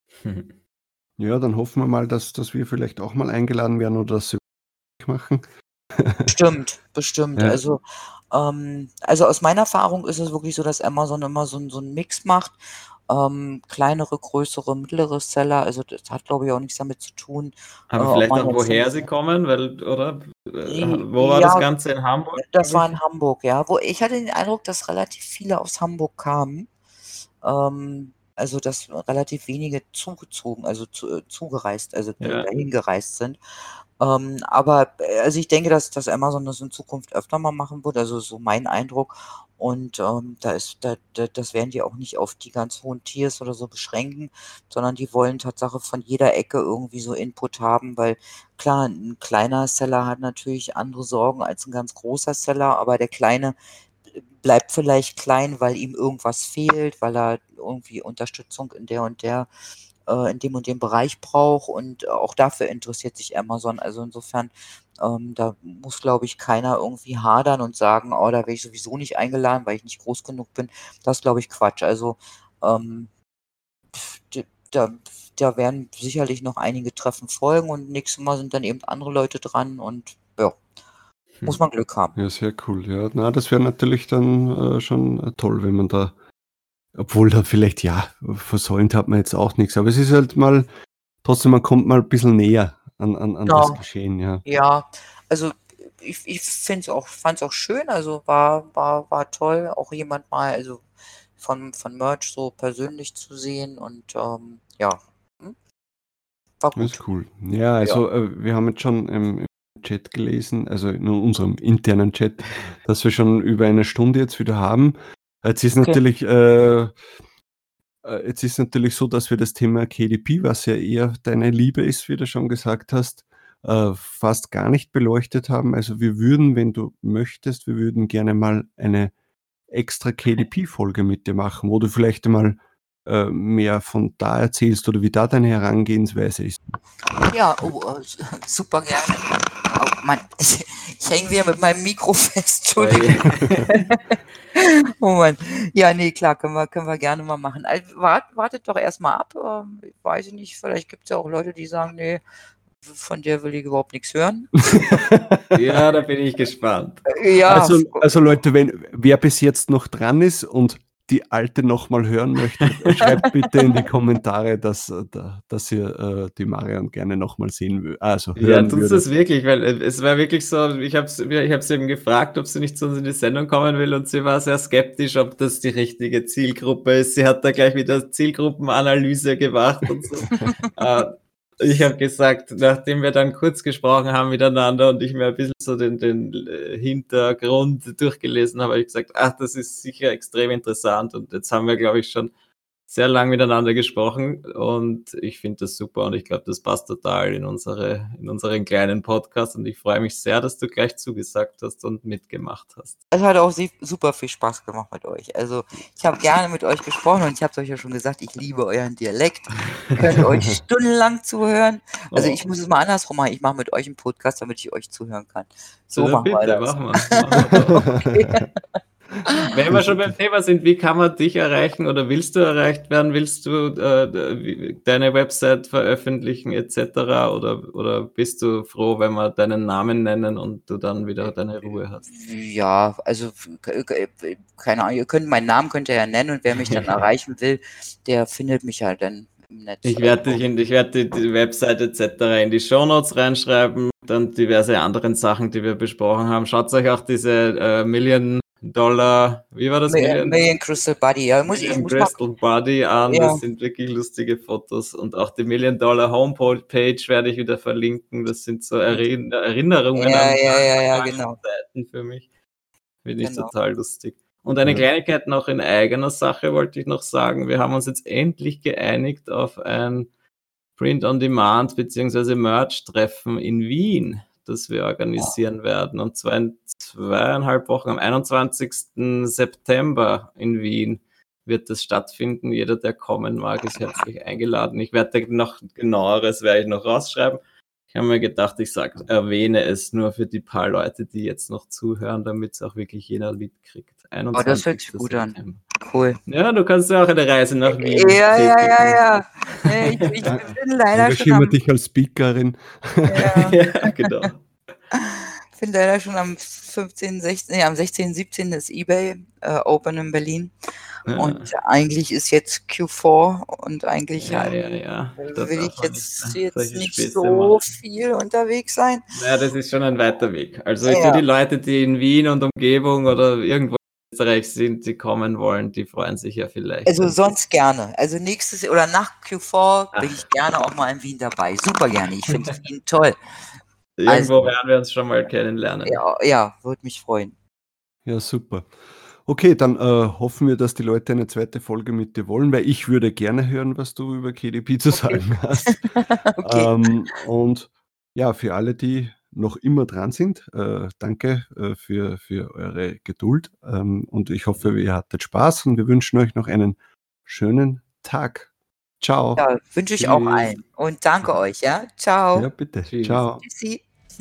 Ja, dann hoffen wir mal, dass dass wir vielleicht auch mal eingeladen werden oder dass sie machen. Bestimmt, bestimmt. Ja. Also, ähm also, aus meiner Erfahrung ist es wirklich so, dass Amazon immer so 'n so 'n Mix macht, ähm, kleinere, größere, mittlere Seller. Also, das hat, glaube ich, auch nichts damit zu tun, äh, Aber ob vielleicht man auch, jetzt woher sie kommen, weil oder? I Äh, wo war das ja, Ganze? In Hamburg, das glaube war ich? in Hamburg, ja. Wo ich hatte den Eindruck, dass relativ viele aus Hamburg kamen. Ähm, also, dass relativ wenige zugezogen also, zu äh, zugereist also, da Ja. dahin gereist sind. Ähm, aber, äh, also, ich denke, dass dass Amazon das in Zukunft öfter mal machen wird, also, so mein Eindruck. Und, ähm, da ist da da das werden die auch nicht auf die ganz hohen Tiers oder so beschränken, sondern die wollen Tatsache von jeder Ecke irgendwie so Input haben, weil klar, 'n kleiner Seller hat natürlich andere Sorgen als 'n ganz großer Seller, aber der Kleine b bleibt vielleicht klein, weil ihm irgendwas fehlt, weil er irgendwie Unterstützung in der und der äh, in dem und dem Bereich braucht und auch dafür interessiert sich Amazon. Also, insofern, ähm, da muss, glaube ich, keiner irgendwie hadern und sagen: „Oh, da werde ich sowieso nicht eingeladen, weil ich nicht groß genug bin.“ Das ist, glaube ich, Quatsch. Also, ähm, d da da werden sicherlich noch einige Treffen folgen und nächstes Mal sind dann eben andere Leute dran und ja, muss man Glück haben. Ja, sehr cool. Ja, na, das wäre natürlich dann, äh, schon, äh, toll, wenn man da obwohl da vielleicht, ja, versäumt hat man jetzt auch nix, aber es ist halt mal trotzdem, man kommt mal 'n bisschen näher an an an das Ja, Geschehen, ja. ja. Also, ich ich finde es auch fand's auch schön, also, war war war toll, auch jemand mal also, von von Merch so persönlich zu sehen und, ähm, ja, hm, war Das gut. ist cool. Ja, Ja. also, äh, wir haben jetzt schon im im Chat gelesen, also, in unserem internen Chat, dass wir schon über eine Stunde jetzt wieder haben. Jetzt ist Okay. natürlich, äh äh, jetzt ist natürlich so, dass wir das Thema K D P, was ja eher deine Liebe ist, wie du schon gesagt hast, äh, fast gar nicht beleuchtet haben. Also, wir würden, wenn du möchtest wir würden gerne mal eine extra K D P-Folge mit dir machen, wo du vielleicht einmal, äh, mehr von da erzählst oder wie da deine Herangehensweise ist. Ja, oh, äh, s super gerne. Oh Mann, ich ich hänge wieder mit meinem Mikro fest, Oh je. Entschuldigung. Oh Mann. Ja, ne, klar, können wir können wir gerne mal machen. Al wart wartet doch erst mal ab, ähm, weiß ich nicht, vielleicht gibt's ja auch Leute, die sagen: „Ne, v von der will ich überhaupt nix hören.“ Ja, da bin ich gespannt. Äh, ja, Also f also, Leute, wenn wer bis jetzt noch dran ist und die alte noch mal hören möchte, schreibt bitte in die Kommentare, dass äh, da dass ihr, äh, die Marion gerne noch mal sehen wü also, Ja, hören tut's würdet. das wirklich, weil, äh, es war wirklich so, ich habe sie ich habe sie eben gefragt, ob sie nicht zu uns in die Sendung kommen will und sie war sehr skeptisch, ob das die richtige Zielgruppe ist. Sie hat da gleich wieder Zielgruppenanalyse gemacht und so. Äh, ich habe gesagt, nachdem wir dann kurz gesprochen haben miteinander und ich mir ein bisschen so den den, äh, Hintergrund durchgelesen habe, habe ich gesagt: „Ach, das ist sicher extrem interessant.“ Und jetzt haben wir, glaube ich, schon sehr lang miteinander gesprochen und ich finde das super und ich glaube, das passt total in unsere in unseren kleinen Podcast und ich freue mich sehr, dass du gleich zugesagt hast und mitgemacht hast. Es hat auch si super viel Spaß gemacht mit euch. Also, ich habe gerne mit euch gesprochen und ich habe es euch ja schon gesagt, ich liebe euren Dialekt. Ich könnte euch stundenlang zuhören. Also, ich Oh. muss es mal andersrum machen. Ich mache mit euch 'n Podcast, damit ich euch zuhören kann. So Na machen wir bitte, das. machen wir, machen wir doch. Okay. Wenn wir schon beim Thema sind, wie kann man dich erreichen oder willst du erreicht werden? Willst du, äh, d wie deine Website veröffentlichen et cetera oder oder bist du froh, wenn wir deinen Namen nennen und du dann wieder deine Ruhe hast? Ja, also, f k k keine Ahnung, ihr könnt meinen Namen könnt ihr ja nennen und wer mich dann erreichen will, der findet mich halt dann im Netz. Ich werde dich in, ich werde die, die Website et cetera in die Shownotes reinschreiben, dann diverse anderen Sachen, die wir besprochen haben. Schaut euch auch diese äh, Million Dollar, wie war das? Million, Million Crystal Body, ja, muss ich, ich muss mal, Crystal Body an, Ja. das sind wirklich lustige Fotos und auch die Million Dollar Homepage werde ich wieder verlinken, das sind so Erinn- Erinnerungen Ja, an ja, ja, ja, manche genau. Zeiten für mich. Finde ich Genau. total lustig. Und eine Ja. Kleinigkeit noch in eigener Sache wollte ich noch sagen, wir haben uns jetzt endlich geeinigt auf ein Print-on-Demand bzw. Merch-Treffen in Wien, das wir organisieren werden. Und zwar in zweieinhalb Wochen, am einundzwanzigsten September in Wien wird das stattfinden. Jeder, der kommen mag, ist herzlich eingeladen. Ich werde noch genaueres werde ich noch rausschreiben. Ich habe mir gedacht, ich sag, erwähne es nur für die paar Leute, die jetzt noch zuhören, damit es auch wirklich jeder mitkriegt. Oh, das hört sich gut an. September. Cool. Ja, du kannst ja auch eine Reise nach Wien Ja, ja, tätigen. ja, ja. Nee, Ich, ich bin leider schon Engagieren wir am, dich als Speakerin. ja, Ja, genau. ich bin leider schon am fünfzehnten, sechzehnten, nee, am sechzehnten, siebzehnten ist eBay äh, Open in Berlin. Ja. Und eigentlich ist jetzt Q vier und eigentlich Ja, ähm, ja, ja. Da will darf ich man jetzt, nicht, äh, jetzt solche nicht Späße so machen. viel unterwegs sein. Ja, das ist schon ein weiter Weg. Also Ja. für die Leute, die in Wien und Umgebung oder irgendwo in Österreich sind, die kommen wollen, die freuen sich ja vielleicht. Also sonst gerne. Also nächstes oder nach Q vier bin Ach. ich gerne auch mal in Wien dabei. Super gerne. Ich finde Wien toll. Irgendwo also- werden wir uns schon mal kennenlernen. Ja, ja, würde mich freuen. Ja, super. Okay, dann äh, hoffen wir, dass die Leute eine zweite Folge mit dir wollen, weil ich würde gerne hören, was du über K D P zu sagen hast. Okay. Ähm, und ja, für alle, die noch immer dran sind, äh, danke äh, für, für eure Geduld. Ähm, und ich hoffe, ihr hattet Spaß und wir wünschen euch noch einen schönen Tag. Ciao. Ja, wünsche ich auch Tschüss. allen. Und danke euch, ja. Ciao. Ja, bitte. Tschüss. Ciao. Tschüssi.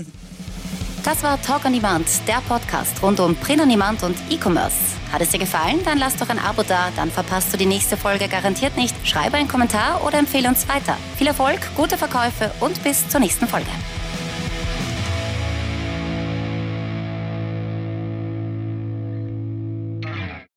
Das war Talk on Demand, der Podcast rund um Print on Demand und E-Commerce. Hat es dir gefallen? Dann lass doch ein Abo da, dann verpasst du die nächste Folge garantiert nicht. Schreibe einen Kommentar oder empfehle uns weiter. Viel Erfolg, gute Verkäufe und bis zur nächsten Folge.